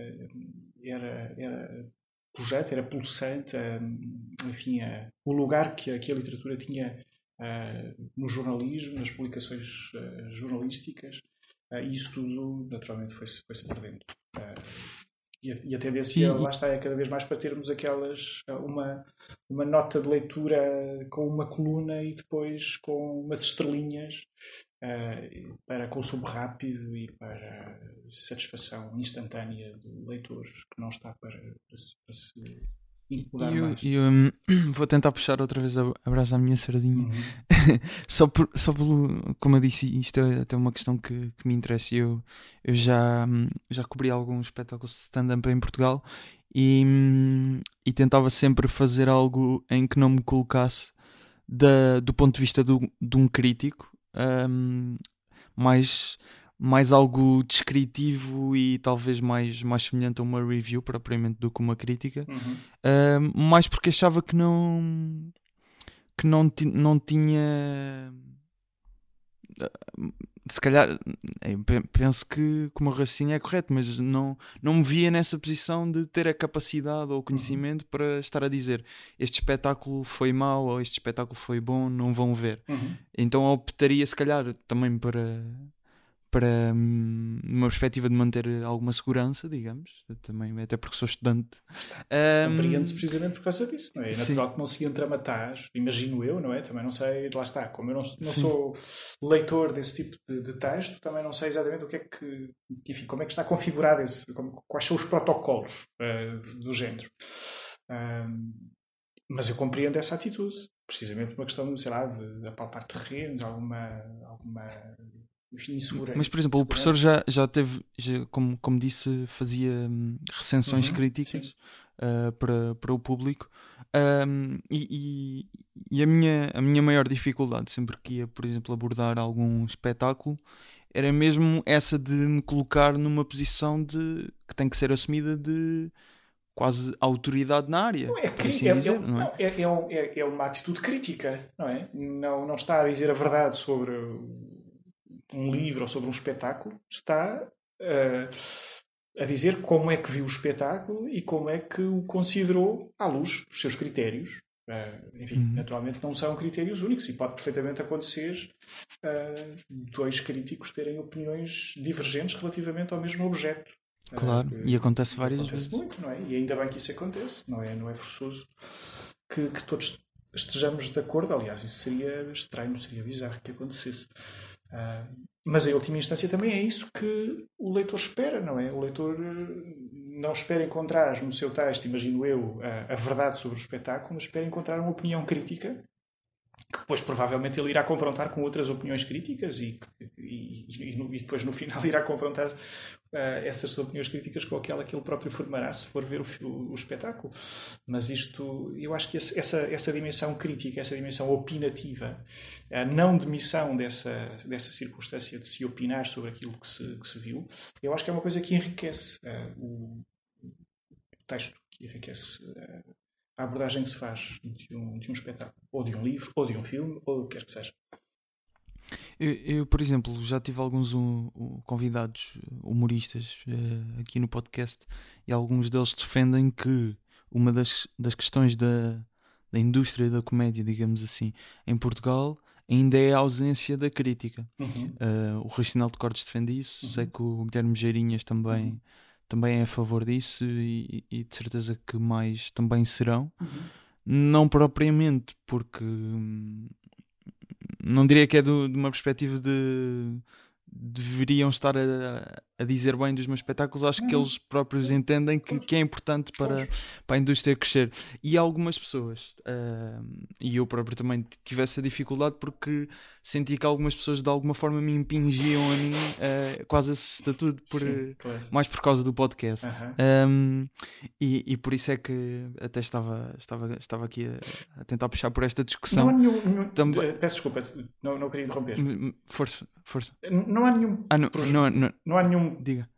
era pujante, era pulsante, enfim, o lugar que a literatura tinha no jornalismo, nas publicações jornalísticas, e isso tudo naturalmente foi-se perdendo. E a tendência lá está é cada vez mais para termos uma nota de leitura com uma coluna e depois com umas estrelinhas para consumo rápido e para satisfação instantânea do leitor que não está para se incomodar mais. Vou tentar puxar outra vez a brasa à minha sardinha. Só por como eu disse, isto é até uma questão que me interessa. Eu já cobri alguns espetáculos de stand-up em Portugal e tentava sempre fazer algo em que não me colocasse do ponto de vista de um crítico, mais mais algo descritivo e talvez mais semelhante a uma review propriamente do que uma crítica, mais porque achava que não tinha, se calhar, eu penso que o meu raciocínio é correto, mas não me via nessa posição de ter a capacidade ou o conhecimento para estar a dizer este espetáculo foi mau ou este espetáculo foi bom, não vão ver. Então optaria se calhar também para uma perspectiva de manter alguma segurança, digamos, também, até porque sou estudante. Compreende-se precisamente por causa disso, não é? É natural que não se entramatar, imagino eu, não é? Também não sei, lá está, como eu não sou leitor desse tipo de texto, também não sei exatamente o que é que, enfim, como é que está configurado quais são os protocolos do género. Mas eu compreendo essa atitude, precisamente por uma questão, sei lá, de apalpar terrenos, alguma enfim, mas, por exemplo, o professor já teve, como disse, fazia recensões críticas para o público, e a minha maior dificuldade sempre que ia, por exemplo, abordar algum espetáculo era mesmo essa de me colocar numa posição que tem que ser assumida de quase autoridade na área, por assim dizer, não é? É uma atitude crítica, não é? Não está a dizer a verdade sobre um livro ou sobre um espetáculo, está a dizer como é que viu o espetáculo e como é que o considerou à luz dos seus critérios. Enfim, naturalmente não são critérios únicos e pode perfeitamente acontecer dois críticos terem opiniões divergentes relativamente ao mesmo objeto. Claro, e acontece várias vezes. Muito, não é? E ainda bem que isso acontece, não é forçoso que todos estejamos de acordo. Aliás, isso seria estranho, seria bizarro que acontecesse. Mas em última instância também é isso que o leitor espera, não é? O leitor não espera encontrar no seu texto, imagino eu, a verdade sobre o espetáculo, mas espera encontrar uma opinião crítica que depois provavelmente ele irá confrontar com outras opiniões críticas e depois no final irá confrontar essas opiniões críticas com aquela que ele próprio formará se for ver o espetáculo. Mas isto, eu acho que essa dimensão crítica, essa dimensão opinativa, a não demissão dessa circunstância de se opinar sobre aquilo que se viu, eu acho que é uma coisa que enriquece o texto, que enriquece a abordagem que se faz de um espetáculo, ou de um livro, ou de um filme, ou o que quer que seja. Eu, por exemplo, já tive alguns convidados humoristas aqui no podcast e alguns deles defendem que uma das questões da indústria da comédia, digamos assim, em Portugal ainda é a ausência da crítica. O Rui Sinal de Cortes defende isso, sei que o Guilherme Geirinhas também é a favor disso e de certeza que mais também serão. Não propriamente porque não diria que é de uma perspectiva de deveriam estar a dizer bem dos meus espetáculos. Acho que eles próprios entendem que é importante para a indústria crescer. E algumas pessoas, e eu próprio também tive essa dificuldade porque senti que algumas pessoas de alguma forma me impingiam a mim quase esse estatuto mais por causa do podcast. E por isso é que até estava aqui a tentar puxar por esta discussão. Não há nenhum peço desculpa, não queria interromper. Força. Não há nenhum não há nenhum. Diga.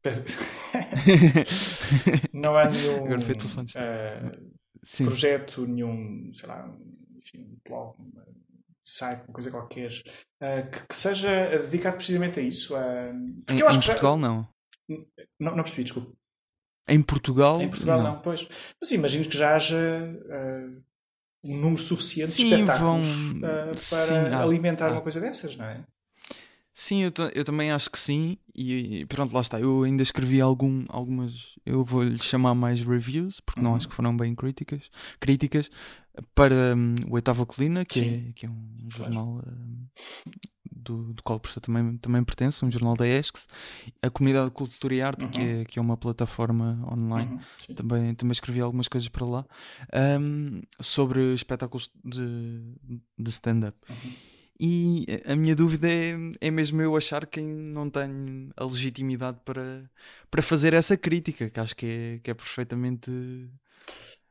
Não há nenhum agora foi telefone, projeto, nenhum, sei lá, enfim, um blog, um site, uma coisa qualquer que seja dedicado precisamente a isso. Porque eu acho que Portugal não percebi, desculpa. Em Portugal não, pois. Mas imagino que já haja um número suficiente de espetáculos para alimentar uma coisa dessas, não é? Sim, eu também acho que sim, e pronto, lá está. Eu ainda escrevi algumas, eu vou-lhe chamar mais reviews, porque não acho que foram bem críticas para o Oitava Colina, que é um jornal do qual o professor também pertence, um jornal da ESCS, a Comunidade de Cultura e Arte, que é uma plataforma online. Também escrevi algumas coisas para lá sobre espetáculos de stand-up. E a minha dúvida é mesmo eu achar que não tenho a legitimidade para fazer essa crítica, que acho que é perfeitamente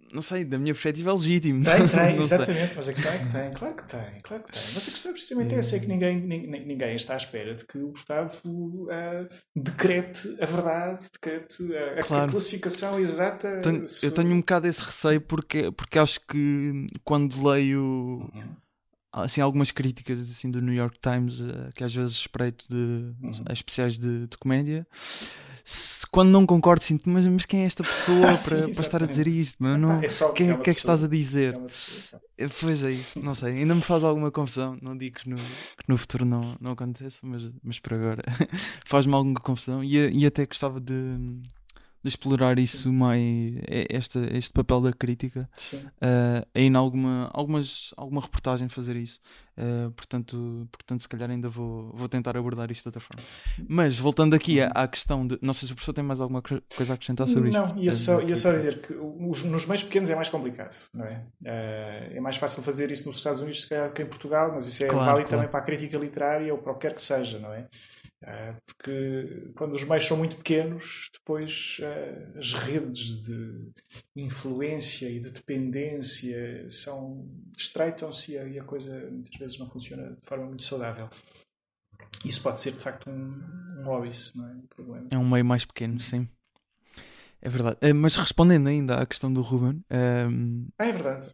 não sei, da minha perspectiva é legítimo. Tem, exatamente, mas a questão é que tem, claro que tem. Mas a questão é precisamente essa, é que ninguém está à espera de que o Estado decrete a verdade, decrete a classificação exata. Eu tenho um bocado esse receio porque acho que quando leio assim, algumas críticas assim, do New York Times, que às vezes espreito as especiais de comédia, quando não concordo, sinto, mas quem é esta pessoa para estar a dizer isto? O que é que estás a dizer? Pois é isso, não sei, ainda me faz alguma confusão. Não digo que no futuro não aconteça, mas por agora faz-me alguma confusão e até gostava de explorar isso mais, este papel da crítica, em alguma reportagem fazer isso. Portanto, se calhar ainda vou tentar abordar isto de outra forma. Mas voltando aqui à questão de, não sei se o professor tem mais alguma coisa a acrescentar sobre isto. Não, ia só dizer que nos meios pequenos é mais complicado, não é? É mais fácil fazer isso nos Estados Unidos, se calhar, que em Portugal, mas isso é válido também para a crítica literária ou para o que quer que seja, não é? Porque quando os meios são muito pequenos, depois as redes de influência e de dependência estreitam-se e a coisa muitas vezes não funciona de forma muito saudável. Isso pode ser de facto um óbice, não é? Um problema. É um meio mais pequeno, sim. É verdade. Mas respondendo ainda à questão do Ruben, é verdade.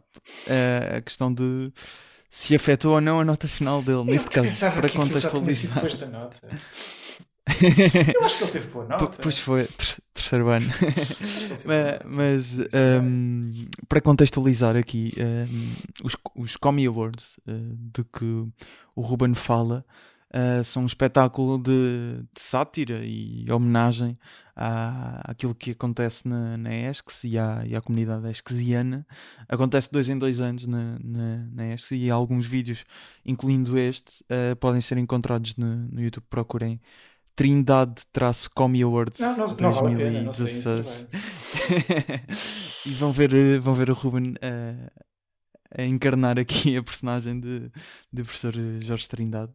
A questão de se afetou ou não a nota final dele, neste caso, para contextualizar. Depois da nota. Eu acho que ele teve boa nota. Pois foi, terceiro ano. mas para contextualizar aqui, os Commie Awards de que o Ruben fala são um espetáculo de sátira e homenagem àquilo que acontece na ESCS e à comunidade esquesiana. Acontece 2 em 2 anos na ESCS e alguns vídeos, incluindo este, podem ser encontrados no YouTube. Procurem Trindade-Commie Awards 2016 e vão ver o Ruben a encarnar aqui a personagem de professor Jorge Trindade.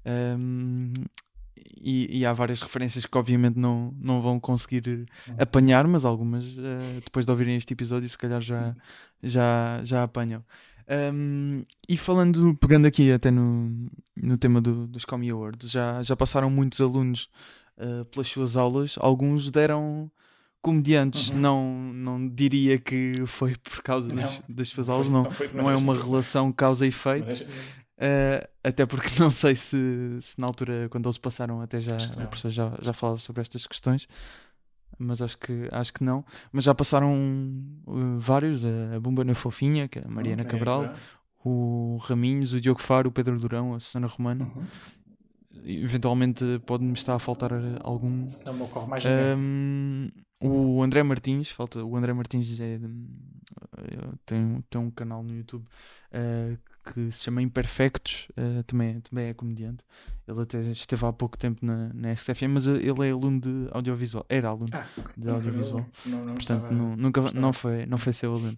E há várias referências que obviamente não vão conseguir apanhar, mas algumas depois de ouvirem este episódio se calhar já apanham. E pegando aqui até no tema dos Commie Awards, já passaram muitos alunos pelas suas aulas. Alguns deram comediantes. Não diria que foi por causa das suas aulas, não é uma relação causa e efeito. Até porque não sei se na altura, quando eles passaram, até o professor já falava sobre estas questões, mas acho que não. Mas já passaram vários, a Bumba na Fofinha, que é a Mariana Cabral, o Raminhos, o Diogo Faro, o Pedro Durão, a Susana Romana. Eventualmente pode-me estar a faltar algum. Não me ocorre mais ninguém. O André Martins, o André Martins tem um canal no YouTube que se chama Imperfectos, também é comediante. Ele até esteve há pouco tempo na SFM, mas ele é aluno de audiovisual. Era aluno de audiovisual. Portanto, não foi seu aluno.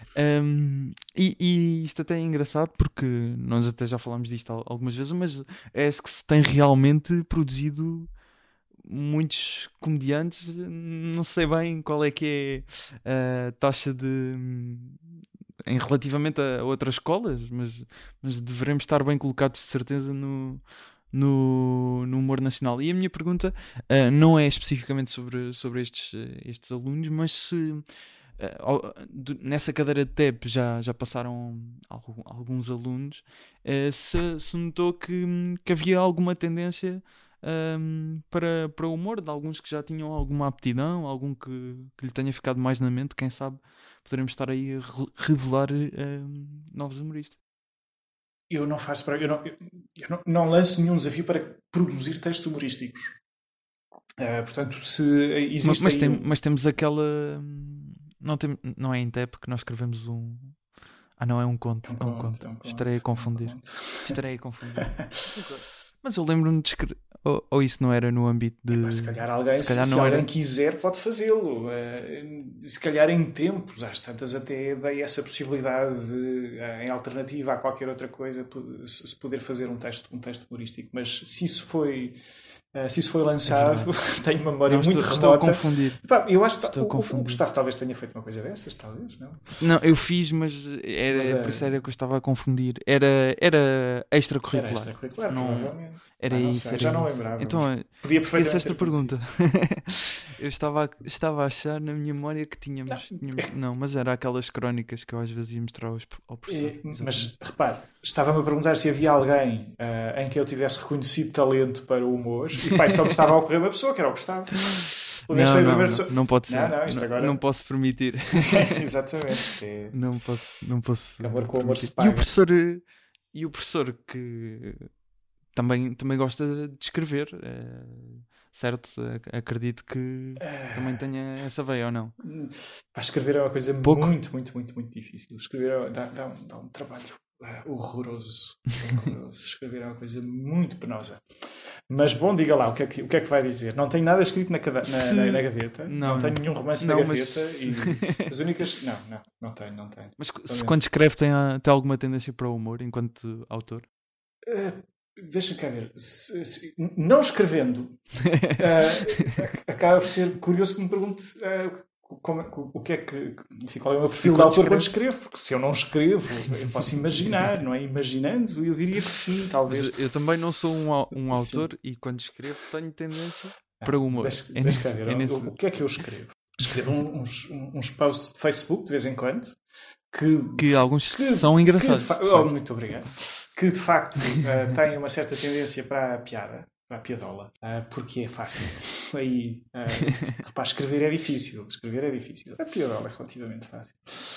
E isto até é engraçado porque nós até já falámos disto algumas vezes, mas é que se tem realmente produzido muitos comediantes. Não sei bem qual é que é a taxa em relativamente a outras escolas, mas devemos estar bem colocados de certeza no humor nacional. E a minha pergunta não é especificamente sobre estes alunos, mas se nessa cadeira de TEP já passaram alguns alunos, se notou que havia alguma tendência para o humor, de alguns que já tinham alguma aptidão, algum que lhe tenha ficado mais na mente. Quem sabe poderemos estar aí a revelar novos humoristas. Eu não faço eu não lanço nenhum desafio para produzir textos humorísticos. Portanto, se existe mas temos aquela... Não é em TEP que nós escrevemos um... não, é um conto. É um conto. Estarei a confundir. Mas eu lembro-me de escrever... Ou isso não era no âmbito de... Se calhar alguém quiser pode fazê-lo. Se calhar em tempos, às tantas até dei essa possibilidade de, em alternativa a qualquer outra coisa, se poder fazer um texto humorístico. Mas se isso foi Se isso foi lançado, tenho uma memória Não, muito estou a remota. confundir. Pá, eu acho que Estou a o confundir. Gustavo talvez tenha feito uma coisa dessas, talvez, não? Não, eu fiz, mas Mas por isso era que eu estava a confundir. Era extracurricular. Era extracurricular, Não, provavelmente. era não isso. sei, Era já não isso. lembrava. Então, Podia esqueceste a perfeitamente ter pergunta. Eu estava a achar na minha memória que tínhamos. Não, mas era aquelas crónicas que eu às vezes ia mostrar ao professor. Mas repare, estava-me a perguntar se havia alguém em que eu tivesse reconhecido talento para o humor e pai, só me estava a ocorrer uma pessoa, que era o Gustavo. Não pode ser. Não, isto agora... Não posso permitir. Exatamente. Não posso. Amor com amor se permitir. paga. E o professor que também gosta de escrever, certo? Acredito que também tenha essa veia, ou não? Para escrever é uma coisa Pouco. muito, muito, muito, muito difícil. Escrever dá um trabalho horroroso. Escrever é uma coisa muito penosa. Mas bom, diga lá, o que é que vai dizer? Não tenho nada escrito na gaveta. Não tenho nenhum romance na gaveta. E as únicas... Não tenho. Mas quando escreve tem alguma tendência para o humor enquanto autor? Deixa cá ver. Não escrevendo, acaba por ser curioso que me pergunte o que é que... Enfim, qual é o meu perfil de autor quando escrevo? Porque se eu não escrevo, eu posso imaginar, não é? Imaginando, eu diria que sim, talvez. Mas eu também não sou um autor e quando escrevo tenho tendência para o humor. Deixa cá ver. O que é que eu escrevo? Escrevo uns posts de Facebook de vez em quando que alguns são engraçados. Muito obrigado. Que de facto têm uma certa tendência para a piada, para a piadola, porque é fácil. Aí, repare, escrever é difícil. A piadola é relativamente fácil.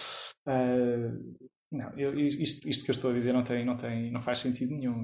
Isto que eu estou a dizer não faz sentido nenhum.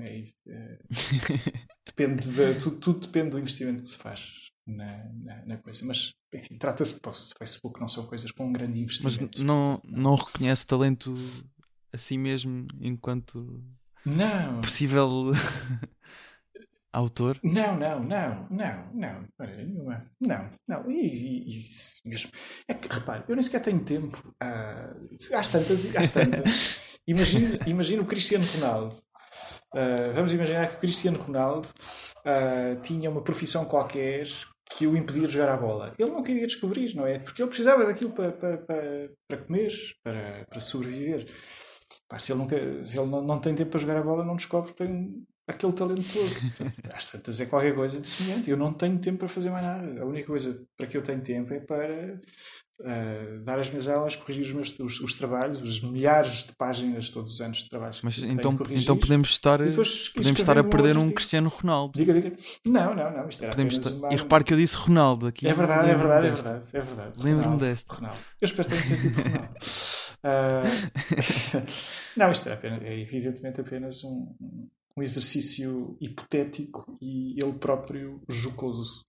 Tudo depende do investimento que se faz na coisa. Mas, enfim, trata-se de posts de Facebook, não são coisas com um grande investimento. Mas não reconhece talento assim mesmo enquanto possível autor? Não, maneira nenhuma. Não. E mesmo. É que, repare, eu nem sequer tenho tempo. Às tantas. Imagina o Cristiano Ronaldo. Vamos imaginar que o Cristiano Ronaldo tinha uma profissão qualquer que o impedia de jogar a bola. Ele não queria descobrir, não é? Porque ele precisava daquilo para comer, para sobreviver. Se ele não tem tempo para jogar a bola, não descobre que tem aquele talento todo. Às tantas é qualquer coisa de semelhante. Eu não tenho tempo para fazer mais nada. A única coisa para que eu tenho tempo é para dar as minhas aulas, corrigir os trabalhos, os milhares de páginas todos os anos de trabalhos. Mas então podemos estar a perder um Cristiano Ronaldo. Diga. Não. Isto era E repare que eu disse Ronaldo aqui. É verdade. Lembro-me desta. Ronaldo. Eu espero que tenha sentido Ronaldo. Não, isto é evidentemente apenas um exercício hipotético e ele próprio jocoso.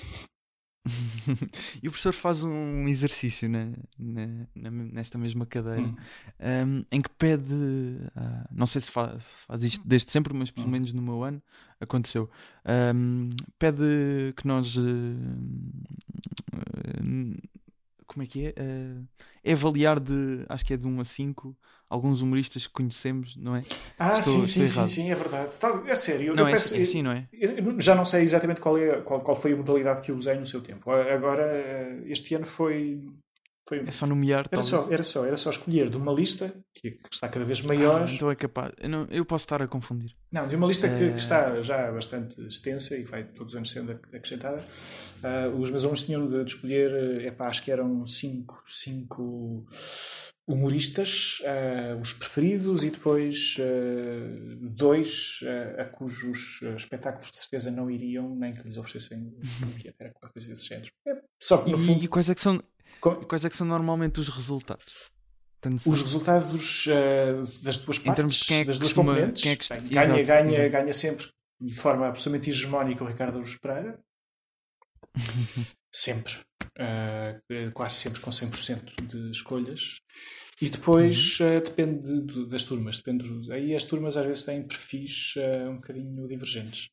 E o professor faz um exercício nesta mesma cadeira em que pede, não sei se faz isto desde sempre, mas pelo menos no meu ano aconteceu, pede que nós como é que é? É avaliar acho que é de 1 a 5 alguns humoristas que conhecemos, não é? Sim, é verdade. É sério. Não, é assim, não é? Eu já não sei exatamente qual foi a modalidade que eu usei no seu tempo. Agora, este ano foi... É só nomear, Era só escolher de uma lista que está cada vez maior. Então é capaz. Eu posso estar a confundir. Não, de uma lista que está já bastante extensa e vai todos os anos sendo acrescentada. Os meus alunos tinham de escolher, acho que eram 5 humoristas, os preferidos, e depois 2 a cujos espetáculos de certeza não iriam, nem que lhes oferecessem era qualquer coisa desse género. Só que, no fundo, e quais é que são normalmente os resultados? Os resultados das duas partes, em termos de quem é que das duas costuma, componentes, quem é que ganha sempre de forma absolutamente hegemónica o Ricardo Araújo Pereira. Sempre. Quase sempre com 100% de escolhas. E depois depende das turmas. Aí as turmas às vezes têm perfis um bocadinho divergentes.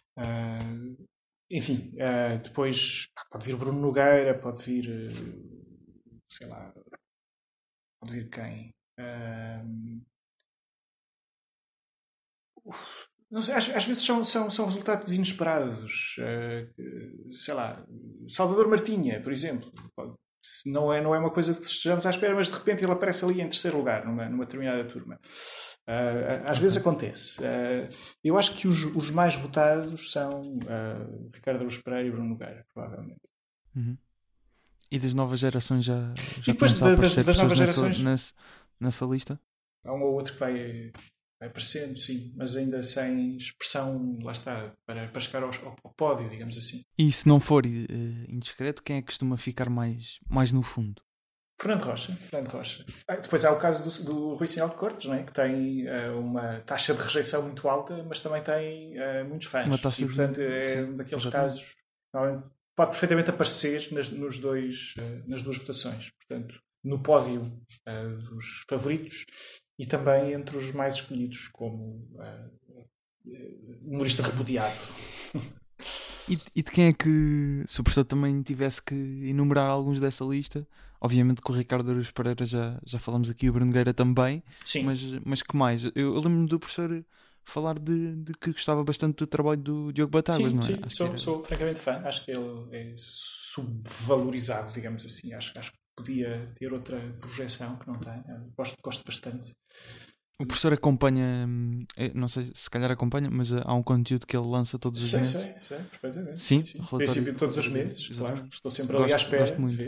Enfim, depois pode vir Bruno Nogueira, pode vir sei lá, pode vir quem? Não sei, às vezes são resultados inesperados. Sei lá, Salvador Martinha, por exemplo. Não é uma coisa que estejamos à espera, mas de repente ele aparece ali em terceiro lugar, numa determinada turma. Às vezes acontece. Eu acho que os mais votados são Ricardo Araújo Pereira e Bruno Nogueira, provavelmente. Uhum. E das novas gerações já depois começam a aparecer das novas pessoas gerações, nessa lista? há um ou outro que vai aparecendo, sim, mas ainda sem expressão, lá está, para chegar ao pódio, digamos assim. E se não for indiscreto, quem é que costuma ficar mais no fundo? Fernando Rocha. Depois há o caso do Rui Sinal de Cortes, não é? Que tem uma taxa de rejeição muito alta, mas também tem muitos fãs. Uma taxa e, portanto, sim, daqueles exatamente. casos, pode perfeitamente aparecer nas duas votações. Portanto, no pódio dos favoritos e também entre os mais escolhidos como humorista repudiado. E de quem é que, se o professor também tivesse que enumerar alguns dessa lista, obviamente com o Ricardo Araújo Pereira já falamos aqui, o Bruno Nogueira também, Sim. mas que mais? Eu lembro-me do professor falar de que gostava bastante do trabalho do Diogo Batáguas, não é? Sim, sou francamente fã. Acho que ele é subvalorizado, digamos assim. Acho que podia ter outra projeção que não tem. Gosto bastante. O professor acompanha, não sei se calhar acompanha, mas há um conteúdo que ele lança todos os meses. Sei, perfeitamente. Sim, No princípio, todos os meses, exatamente. claro. Estou sempre ali à espera. Gosto muito.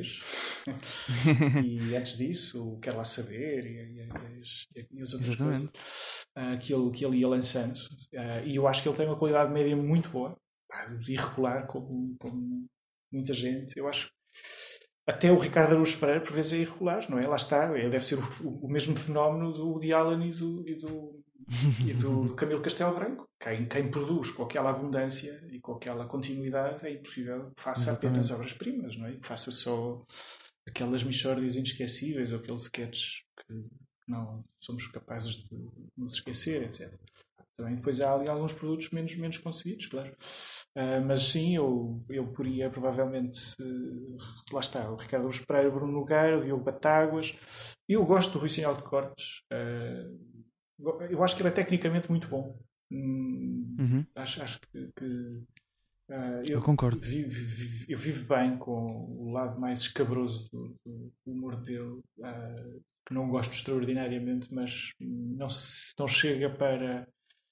E antes disso, o Quero Lá Saber e as outras exatamente. coisas que ele ia lançando. E eu acho que ele tem uma qualidade média muito boa, irregular, como muita gente. Eu acho que até o Ricardo Araújo Pereira, por vezes, é irregular, não é? Lá está, ele deve ser o mesmo fenómeno do Woody Allen e do Camilo Castelo Branco. Quem produz com aquela abundância e com aquela continuidade é impossível que faça apenas obras-primas, não é? Que faça só aquelas mixórdias inesquecíveis ou aqueles sketches que não somos capazes de nos esquecer, etc. Também depois há ali alguns produtos menos conseguidos, claro. Mas sim, eu poria provavelmente, lá está, o Ricardo Araújo Pereira, o Bruno Nogueira, o Diogo Batáguas. Eu gosto do Rui Sinal de Cortes. Eu acho que ele é tecnicamente muito bom. Acho que eu concordo. Eu vivo bem com o lado mais escabroso do humor dele, que não gosto extraordinariamente, mas não chega para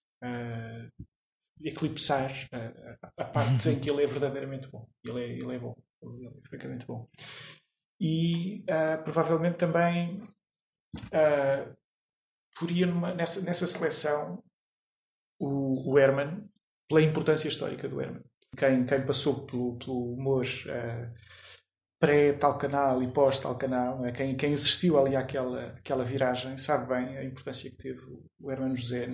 eclipsar a parte em que ele é verdadeiramente bom. Ele é bom. Ele é francamente bom. E provavelmente também poria nessa seleção o Herman, pela importância histórica do Herman. Quem passou pelo humor pré-tal canal e pós-tal canal, quem assistiu ali àquela viragem, sabe bem a importância que teve o Hermano José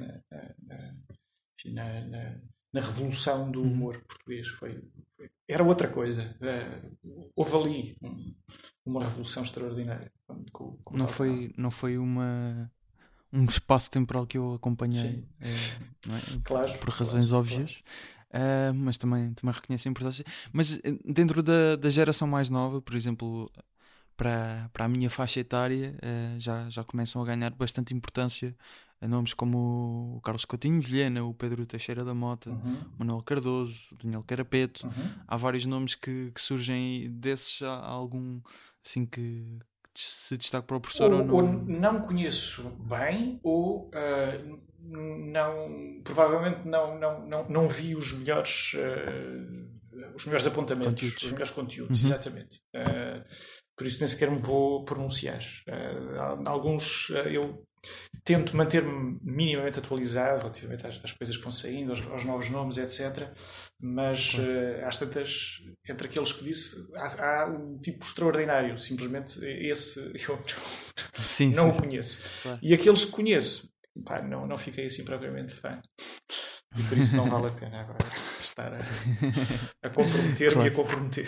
na revolução do humor português. Era outra coisa. Houve ali uma revolução extraordinária. Não foi um espaço temporal que eu acompanhei, não é? Claro, por razões óbvias. Claro. Mas também reconheço a importância. Mas dentro da geração mais nova, por exemplo, para a minha faixa etária, já começam a ganhar bastante importância nomes como o Carlos Coutinho Vilhena, o Pedro Teixeira da Mota, o Manuel Cardoso, o Daniel Carapeto. Há vários nomes que surgem desses. Há algum assim que se destaca para o professor ou não conheço bem ou provavelmente não vi os melhores apontamentos, os melhores conteúdos, exatamente. Por isso nem sequer me vou pronunciar. Alguns eu tento manter-me minimamente atualizado relativamente às coisas que vão saindo, aos novos nomes, etc. Mas às tantas, entre aqueles que disse, há um tipo extraordinário. Simplesmente esse eu não o conheço. Claro. E aqueles que conheço, não fiquei assim propriamente fã. E por isso não vale a pena agora estar a comprometer-me, claro, e a comprometer.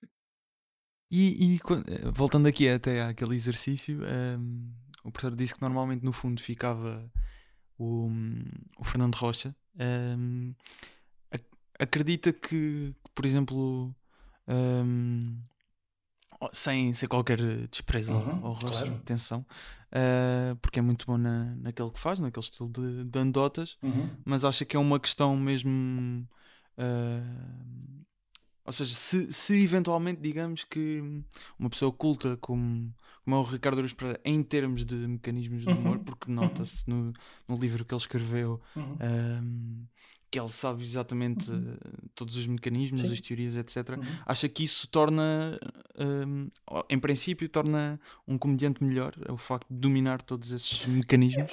E voltando aqui até àquele exercício, o professor disse que normalmente no fundo ficava o Fernando Rocha. Acredita que, por exemplo, sem qualquer desprezo ao rosto, claro. atenção, porque é muito bom naquele que faz, naquele estilo de anedotas, mas acho que é uma questão mesmo. Ou seja, se eventualmente digamos que uma pessoa culta como é o Ricardo Araújo Pereira em termos de mecanismos de humor, porque nota-se no livro que ele escreveu que ele sabe exatamente todos os mecanismos, as teorias, etc. Acha que isso torna, em princípio, torna um comediante melhor, o facto de dominar todos esses mecanismos?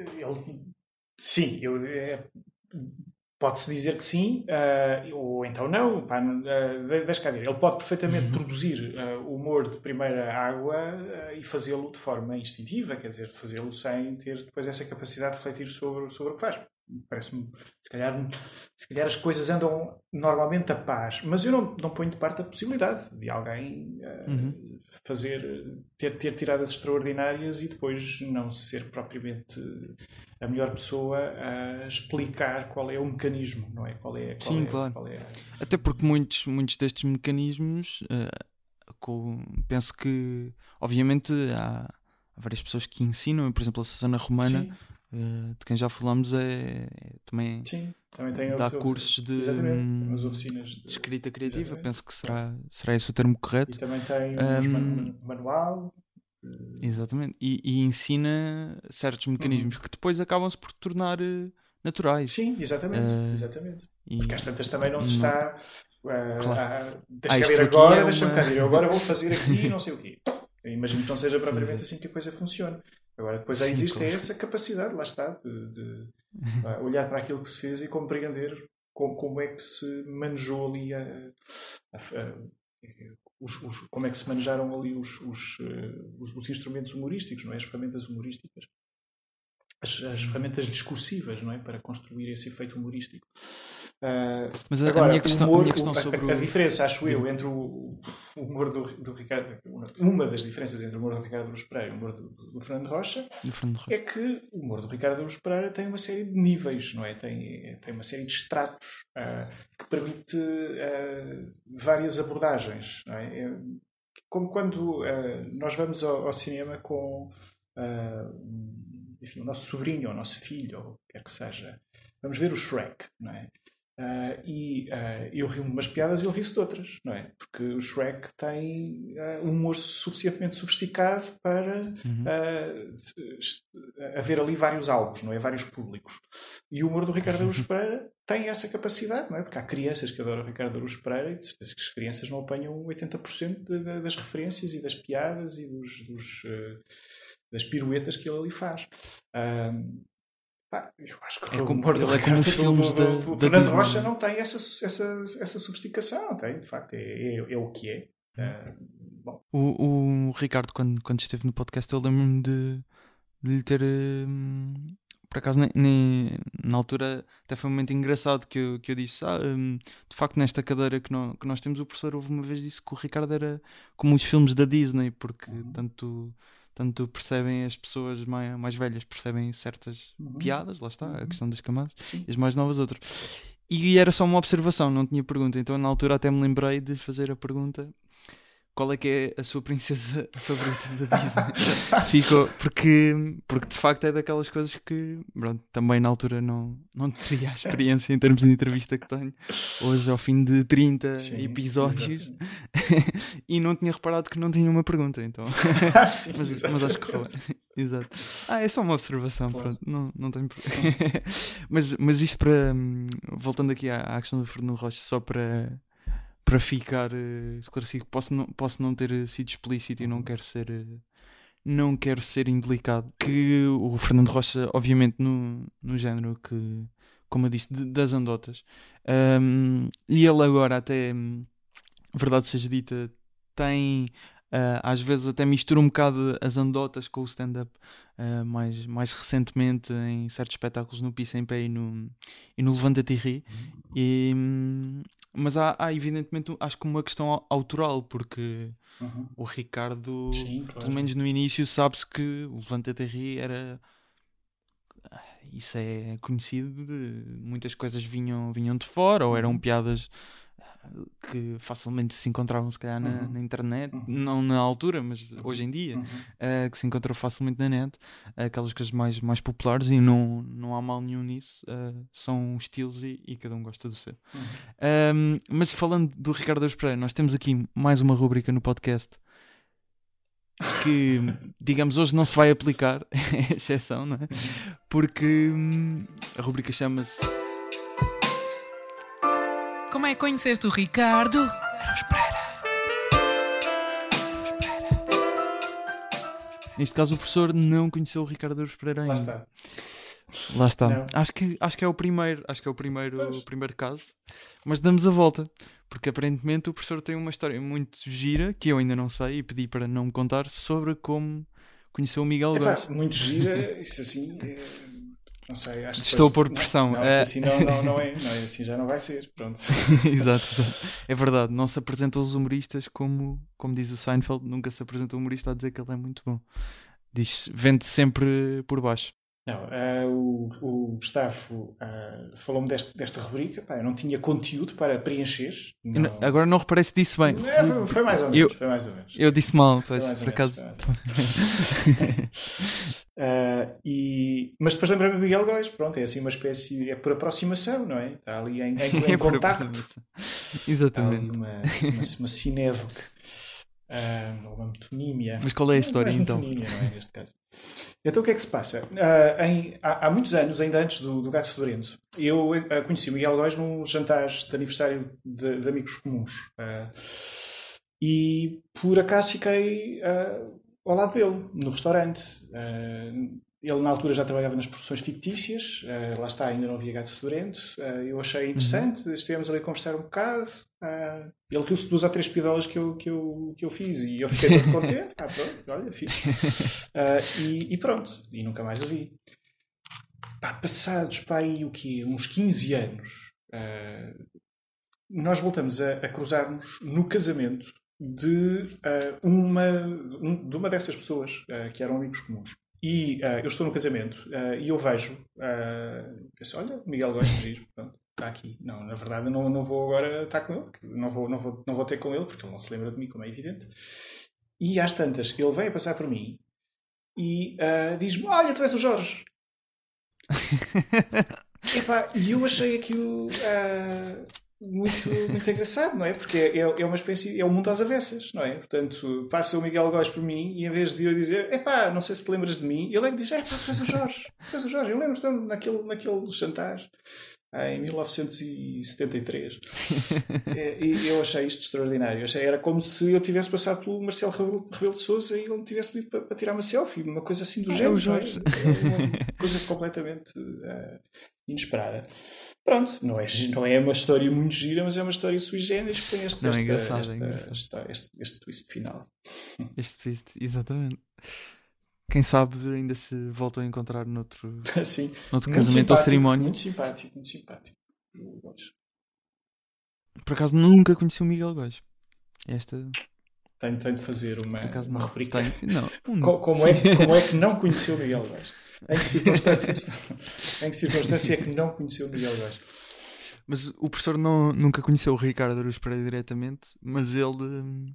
Sim, pode-se dizer que sim, ou então não. Deixa cá ver. Ele pode perfeitamente produzir o humor de primeira água e fazê-lo de forma instintiva, quer dizer, fazê-lo sem ter depois essa capacidade de refletir sobre o que faz. Parece-me, se calhar as coisas andam normalmente a paz, mas eu não ponho de parte a possibilidade de alguém ter tiradas extraordinárias e depois não ser propriamente a melhor pessoa a explicar qual é o mecanismo, não é? Sim, claro. Até porque muitos destes mecanismos, penso que, obviamente, há várias pessoas que ensinam, por exemplo, a Susana Romana, de quem já falámos, também tem dá cursos de oficinas de escrita criativa, penso que será esse o termo correto. E também tem um manual. Exatamente, e ensina certos mecanismos que depois acabam-se por tornar naturais. Sim, exatamente. Porque às tantas também não se está deixa-me ver agora, deixa-me cá ver, eu agora vou fazer aqui não sei o quê. Eu imagino que não seja propriamente assim que a coisa funciona. Agora depois existe essa capacidade, lá está, de olhar para aquilo que se fez e compreender como é que se manejou ali como é que se manejaram ali os instrumentos humorísticos, não é? As ferramentas humorísticas, as ferramentas discursivas, não é? Para construir esse efeito humorístico. Mas agora, a minha questão sobre a diferença, acho eu, entre o humor do Ricardo, uma das diferenças entre o humor do Ricardo Araújo Pereira e o humor do Fernando Rocha é que o humor do Ricardo Araújo Pereira tem uma série de níveis, não é? Tem uma série de estratos que permite várias abordagens, não é? Como quando nós vamos ao cinema com enfim, o nosso sobrinho ou o nosso filho, ou o que quer que seja, vamos ver o Shrek, não é? Eu rio-me de umas piadas e ele ri-se de outras, não é? Porque o Shrek tem um humor suficientemente sofisticado para haver ali vários alvos, não é? Vários públicos. E o humor do Ricardo Araújo Pereira tem essa capacidade, não é? Porque há crianças que adoram o Ricardo Araújo Pereira e de certeza que as crianças não apanham 80% das referências e das piadas e das piruetas que ele ali faz. Eu acho que ele é como os filmes da Fernando Disney. Rocha não tem essa sofisticação, não tem, de facto, é o que é. Bom. O Ricardo, quando esteve no podcast, eu lembro-me de lhe ter por acaso na altura até foi um momento engraçado que eu disse de facto nesta cadeira que nós temos, o professor houve uma vez disse que o Ricardo era como os filmes da Disney, porque tanto percebem as pessoas mais velhas, percebem certas piadas, lá está, a questão das camadas, e as mais novas outras. E era só uma observação, não tinha pergunta, então na altura até me lembrei de fazer a pergunta: qual é que é a sua princesa favorita da Disney? Ficou, porque de facto é daquelas coisas que, pronto, também na altura não teria a experiência em termos de entrevista que tenho hoje ao fim de 30 episódios e não tinha reparado que não tinha uma pergunta, então mas acho que exato. É só uma observação, pronto, não tenho problema. mas isto para voltando aqui à questão do Fernando Rocha, só para ficar esclarecido, posso não ter sido explícito e não quero ser indelicado, que o Fernando Rocha, obviamente no género que, como eu disse, das andotas, e ele agora até, verdade seja dita, tem às vezes até mistura um bocado as andotas com o stand-up, mais recentemente em certos espetáculos no Pisa em Pé e no Levanta-te e Ri, mas há evidentemente acho que uma questão autoral, porque o Ricardo, pelo menos no início, sabe-se que o Levanta-te e Ri era, isso é conhecido, muitas coisas vinham de fora, ou eram piadas que facilmente se encontravam se calhar na internet, não na altura, mas hoje em dia, que se encontram facilmente na net, aquelas coisas mais populares, e não há mal nenhum nisso, são estilos e cada um gosta do seu. Mas falando do Ricardo Araújo Pereira, nós temos aqui mais uma rubrica no podcast que, digamos, hoje não se vai aplicar, é exceção, não é? Porque a rubrica chama-se Como é que conheceste o Ricardo Araújo Pereira? Neste caso o professor não conheceu o Ricardo Araújo Pereira ainda. Lá está. Acho que é o primeiro caso, mas damos a volta, porque aparentemente o professor tem uma história muito gira que eu ainda não sei e pedi para não me contar, sobre como conheceu o Miguel Góes. Muito gira, isso assim, não sei, acho que estou a pôr pressão. Não, assim não é, assim já não vai ser, pronto. Exato. É verdade, não se apresentam os humoristas como diz o Seinfeld, nunca se apresenta o humorista a dizer que ele é muito bom. Vende sempre por baixo. Não, o Gustavo falou-me desta rubrica. Eu não tinha conteúdo para preencher. Agora não reparei se disse bem. Foi mais ou menos. Eu disse mal, por acaso. Mas depois lembrei-me do Miguel Góes. Pronto, é assim uma espécie, é por aproximação, não é? Está ali em contacto. Exatamente. Uma cinévoca. Uma metonímia. Mas qual é a história então? Metonímia, não é, neste caso. Então o que é que se passa? Há muitos anos, ainda antes do Gato Fedorento, eu conheci o Miguel Góes num jantar de aniversário de amigos comuns. E por acaso fiquei ao lado dele, no restaurante. Ele na altura já trabalhava nas produções fictícias, lá está, ainda não havia Gato Fedorento. Eu achei interessante, estivemos ali a conversar um bocado. Ele riu-se 2 ou 3 piadolas que eu fiz e eu fiquei todo contente. Pronto, olha, fiz. E pronto, e nunca mais o vi. Passados aí o quê? Uns 15 anos, nós voltamos a cruzar-nos no casamento de uma dessas pessoas que eram amigos comuns. E eu estou no casamento e eu vejo, penso, olha, Miguel Góes diz, pronto, está aqui. Não, na verdade eu não vou agora estar com ele, não vou ter com ele, porque ele não se lembra de mim, como é evidente. E às tantas, ele vem a passar por mim e diz-me, olha, tu és o Jorge. E eu achei aquilo muito engraçado, não é? Porque é uma espécie, é um mundo às avessas, não é? Portanto, passa o Miguel Góes por mim e em vez de eu dizer, não sei se te lembras de mim, ele é que diz, tu és o Jorge. Eu lembro-te naquele jantar em 1973. E eu achei isto extraordinário. Era como se eu tivesse passado pelo Marcelo Rebelo de Sousa e ele me tivesse pedido para tirar uma selfie, uma coisa assim do género. Uma coisa completamente inesperada. Pronto, não é uma história muito gira, mas é uma história sui generis que tem este twist final. Este twist, exatamente. Quem sabe ainda se voltam a encontrar noutro casamento ou cerimónia. Muito simpático. Por acaso nunca conheci o Miguel Góes. Tenho de fazer uma rubrica. Como é que não conheceu o Miguel Góes? Em que circunstância é que não conheceu o Miguel Góes? Mas o professor nunca conheceu o Ricardo Araújo Pereira diretamente, mas ele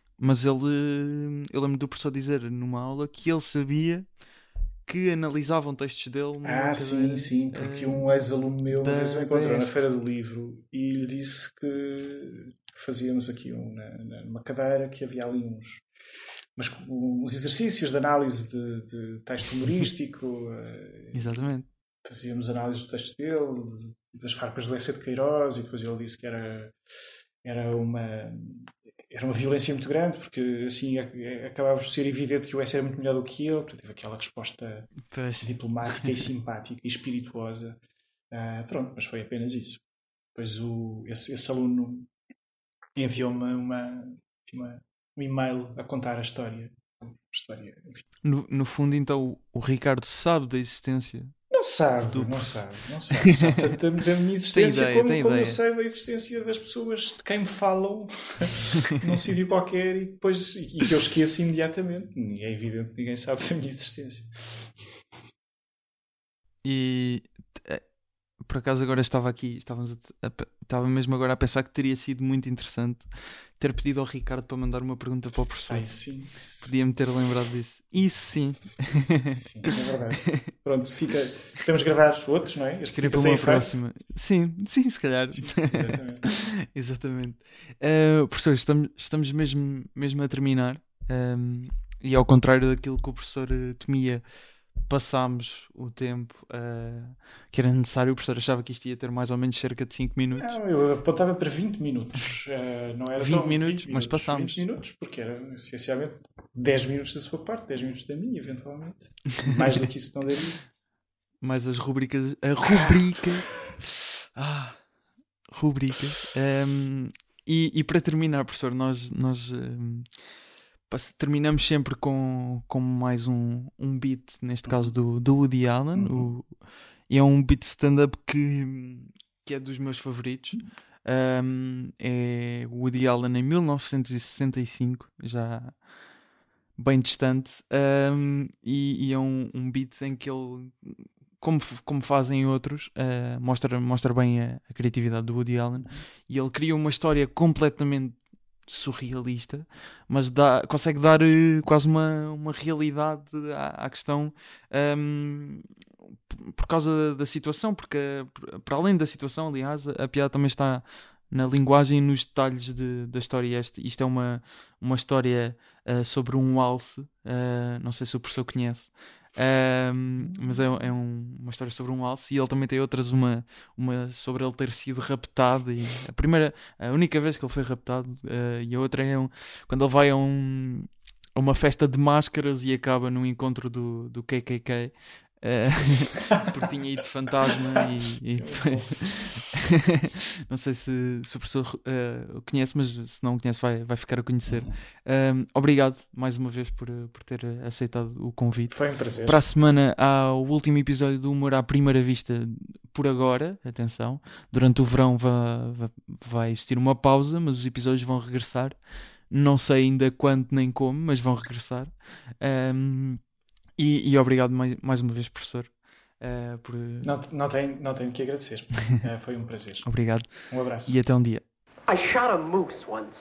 eu lembro do professor dizer numa aula que ele sabia que analisavam textos dele. Sim, porque um ex-aluno meu uma vez me encontrou na Feira do Livro e lhe disse que fazíamos aqui numa cadeira que havia ali uns exercícios de análise de texto humorístico. Exatamente. Fazíamos análise do texto dele, das farpas do Essa de Queiroz, e depois ele disse que era uma violência muito grande, porque assim acabava por ser evidente que o Essa era muito melhor do que ele, portanto teve aquela resposta diplomática e simpática e espirituosa. Pronto, mas foi apenas isso. Depois esse aluno enviou-me um e-mail a contar a história. Enfim. No fundo, então, o Ricardo sabe da existência. Não sabe. Tanto da minha existência como eu sei da existência das pessoas de quem me falam num sítio qualquer e que eu esqueço imediatamente. É evidente que ninguém sabe da minha existência. E por acaso agora estava mesmo agora a pensar que teria sido muito interessante ter pedido ao Ricardo para mandar uma pergunta para o professor. Ai, sim. Podia-me ter lembrado disso. Isso sim. Sim, é verdade. Pronto, podemos gravar outros, não é? Este Queria fica para uma sem efeito. próxima. Sim, se calhar. Exatamente. Exatamente. Professor, estamos mesmo a terminar. E ao contrário daquilo que o professor temia, passámos o tempo que era necessário. O professor achava que isto ia ter mais ou menos cerca de 5 minutos. Não, eu apontava para 20 minutos. Não era 20 tão minutos, mas passámos. 20 minutos, porque era essencialmente 10 minutos da sua parte, 10 minutos da minha, eventualmente. Mais do que isso não daria. Mais as rubricas. Rubricas. E para terminar, professor, nós terminamos sempre com mais um beat, neste caso do Woody Allen. E é um beat stand-up que é dos meus favoritos. É o Woody Allen em 1965, já bem distante. E é um beat em que ele, como fazem outros, mostra bem a criatividade do Woody Allen. E ele cria uma história completamente surrealista, mas consegue dar quase uma realidade à questão, por causa da situação, porque para além da situação, aliás, a piada também está na linguagem e nos detalhes da história. Isto é uma história sobre um alce, não sei se o professor conhece. Mas é uma história sobre um alce, e ele também tem outras, uma sobre ele ter sido raptado, e a única vez que ele foi raptado, e a outra é quando ele vai a uma festa de máscaras e acaba num encontro do KKK, porque tinha ido fantasma, e depois não sei se o professor o conhece, mas se não o conhece vai ficar a conhecer. Obrigado mais uma vez por ter aceitado o convite. Foi um prazer. Para a semana há o último episódio do Humor à Primeira Vista por agora, atenção, durante o verão vai existir uma pausa, mas os episódios vão regressar, não sei ainda quando nem como, mas vão regressar. E obrigado mais uma vez, professor. Por... Não tenho de que agradecer. Foi um prazer. Obrigado. Um abraço. E até um dia. I shot a moose once.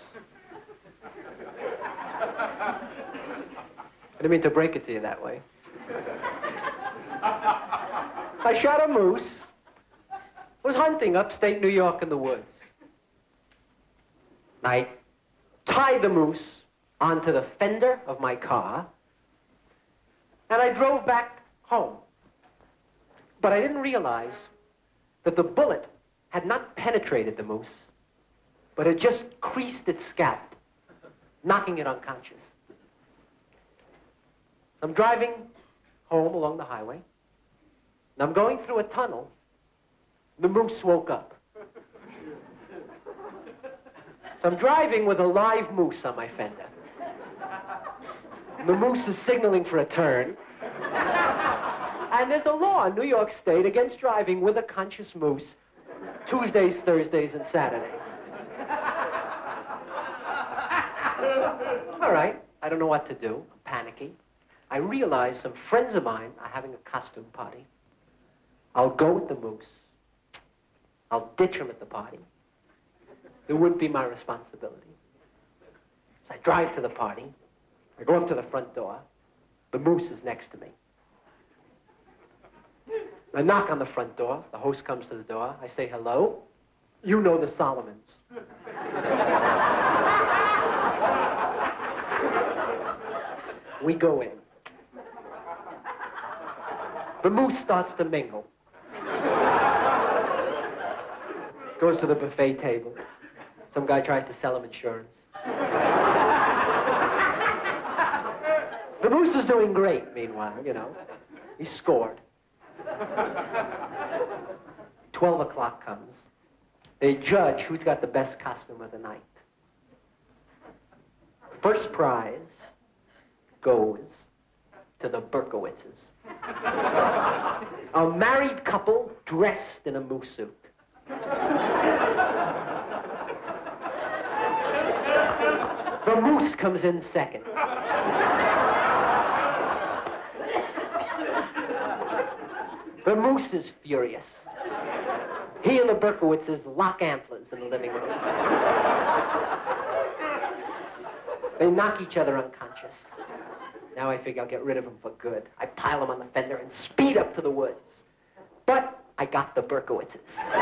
I didn't mean to break it to you that way. I shot a moose. Was hunting upstate New York in the woods. I tied the moose onto the fender of my car, and I drove back home. But I didn't realize that the bullet had not penetrated the moose, but had just creased its scalp, knocking it unconscious. I'm driving home along the highway, and I'm going through a tunnel. The moose woke up. So I'm driving with a live moose on my fender. The moose is signaling for a turn. And there's a law in New York State against driving with a conscious moose Tuesdays, Thursdays, and Saturdays. All right, I don't know what to do. I'm panicky. I realize some friends of mine are having a costume party. I'll go with the moose. I'll ditch him at the party. It wouldn't be my responsibility. So I drive to the party. I go up to the front door. The moose is next to me. I knock on the front door. The host comes to the door. I say, hello. You know the Solomons. We go in. The moose starts to mingle. Goes to the buffet table. Some guy tries to sell him insurance. The moose is doing great, meanwhile, you know. He scored. 12 o'clock comes. They judge who's got the best costume of the night. First prize goes to the Berkowitzes. A married couple dressed in a moose suit. The moose comes in second. The moose is furious. He and the Berkowitzes lock antlers in the living room. They knock each other unconscious. Now I figure I'll get rid of them for good. I pile them on the fender and speed up to the woods. But I got the Berkowitzes.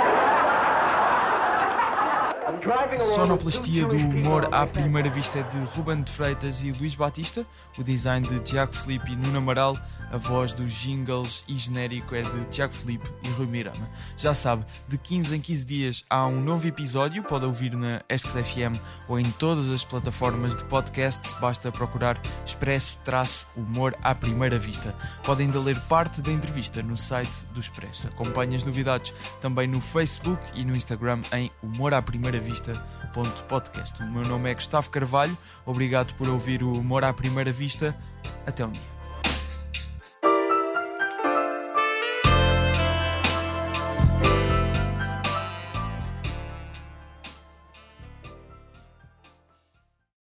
Sonoplastia do humor à primeira vista é de Ruben de Freitas e Luís Batista, o design de Tiago Filipe e Nuno Amaral, a voz dos jingles e genérico é de Tiago Filipe e Rui Mirama. Já sabe, de 15 em 15 dias há um novo episódio, pode ouvir na Esques FM ou em todas as plataformas de podcast, basta procurar Expresso-Humor à Primeira Vista. Pode ainda ler parte da entrevista no site do Expresso. Acompanhe as novidades também no Facebook e no Instagram em humoraprimeiravista.podcast. O meu nome é Gustavo Carvalho, obrigado por ouvir o Humor à Primeira Vista. Até um dia.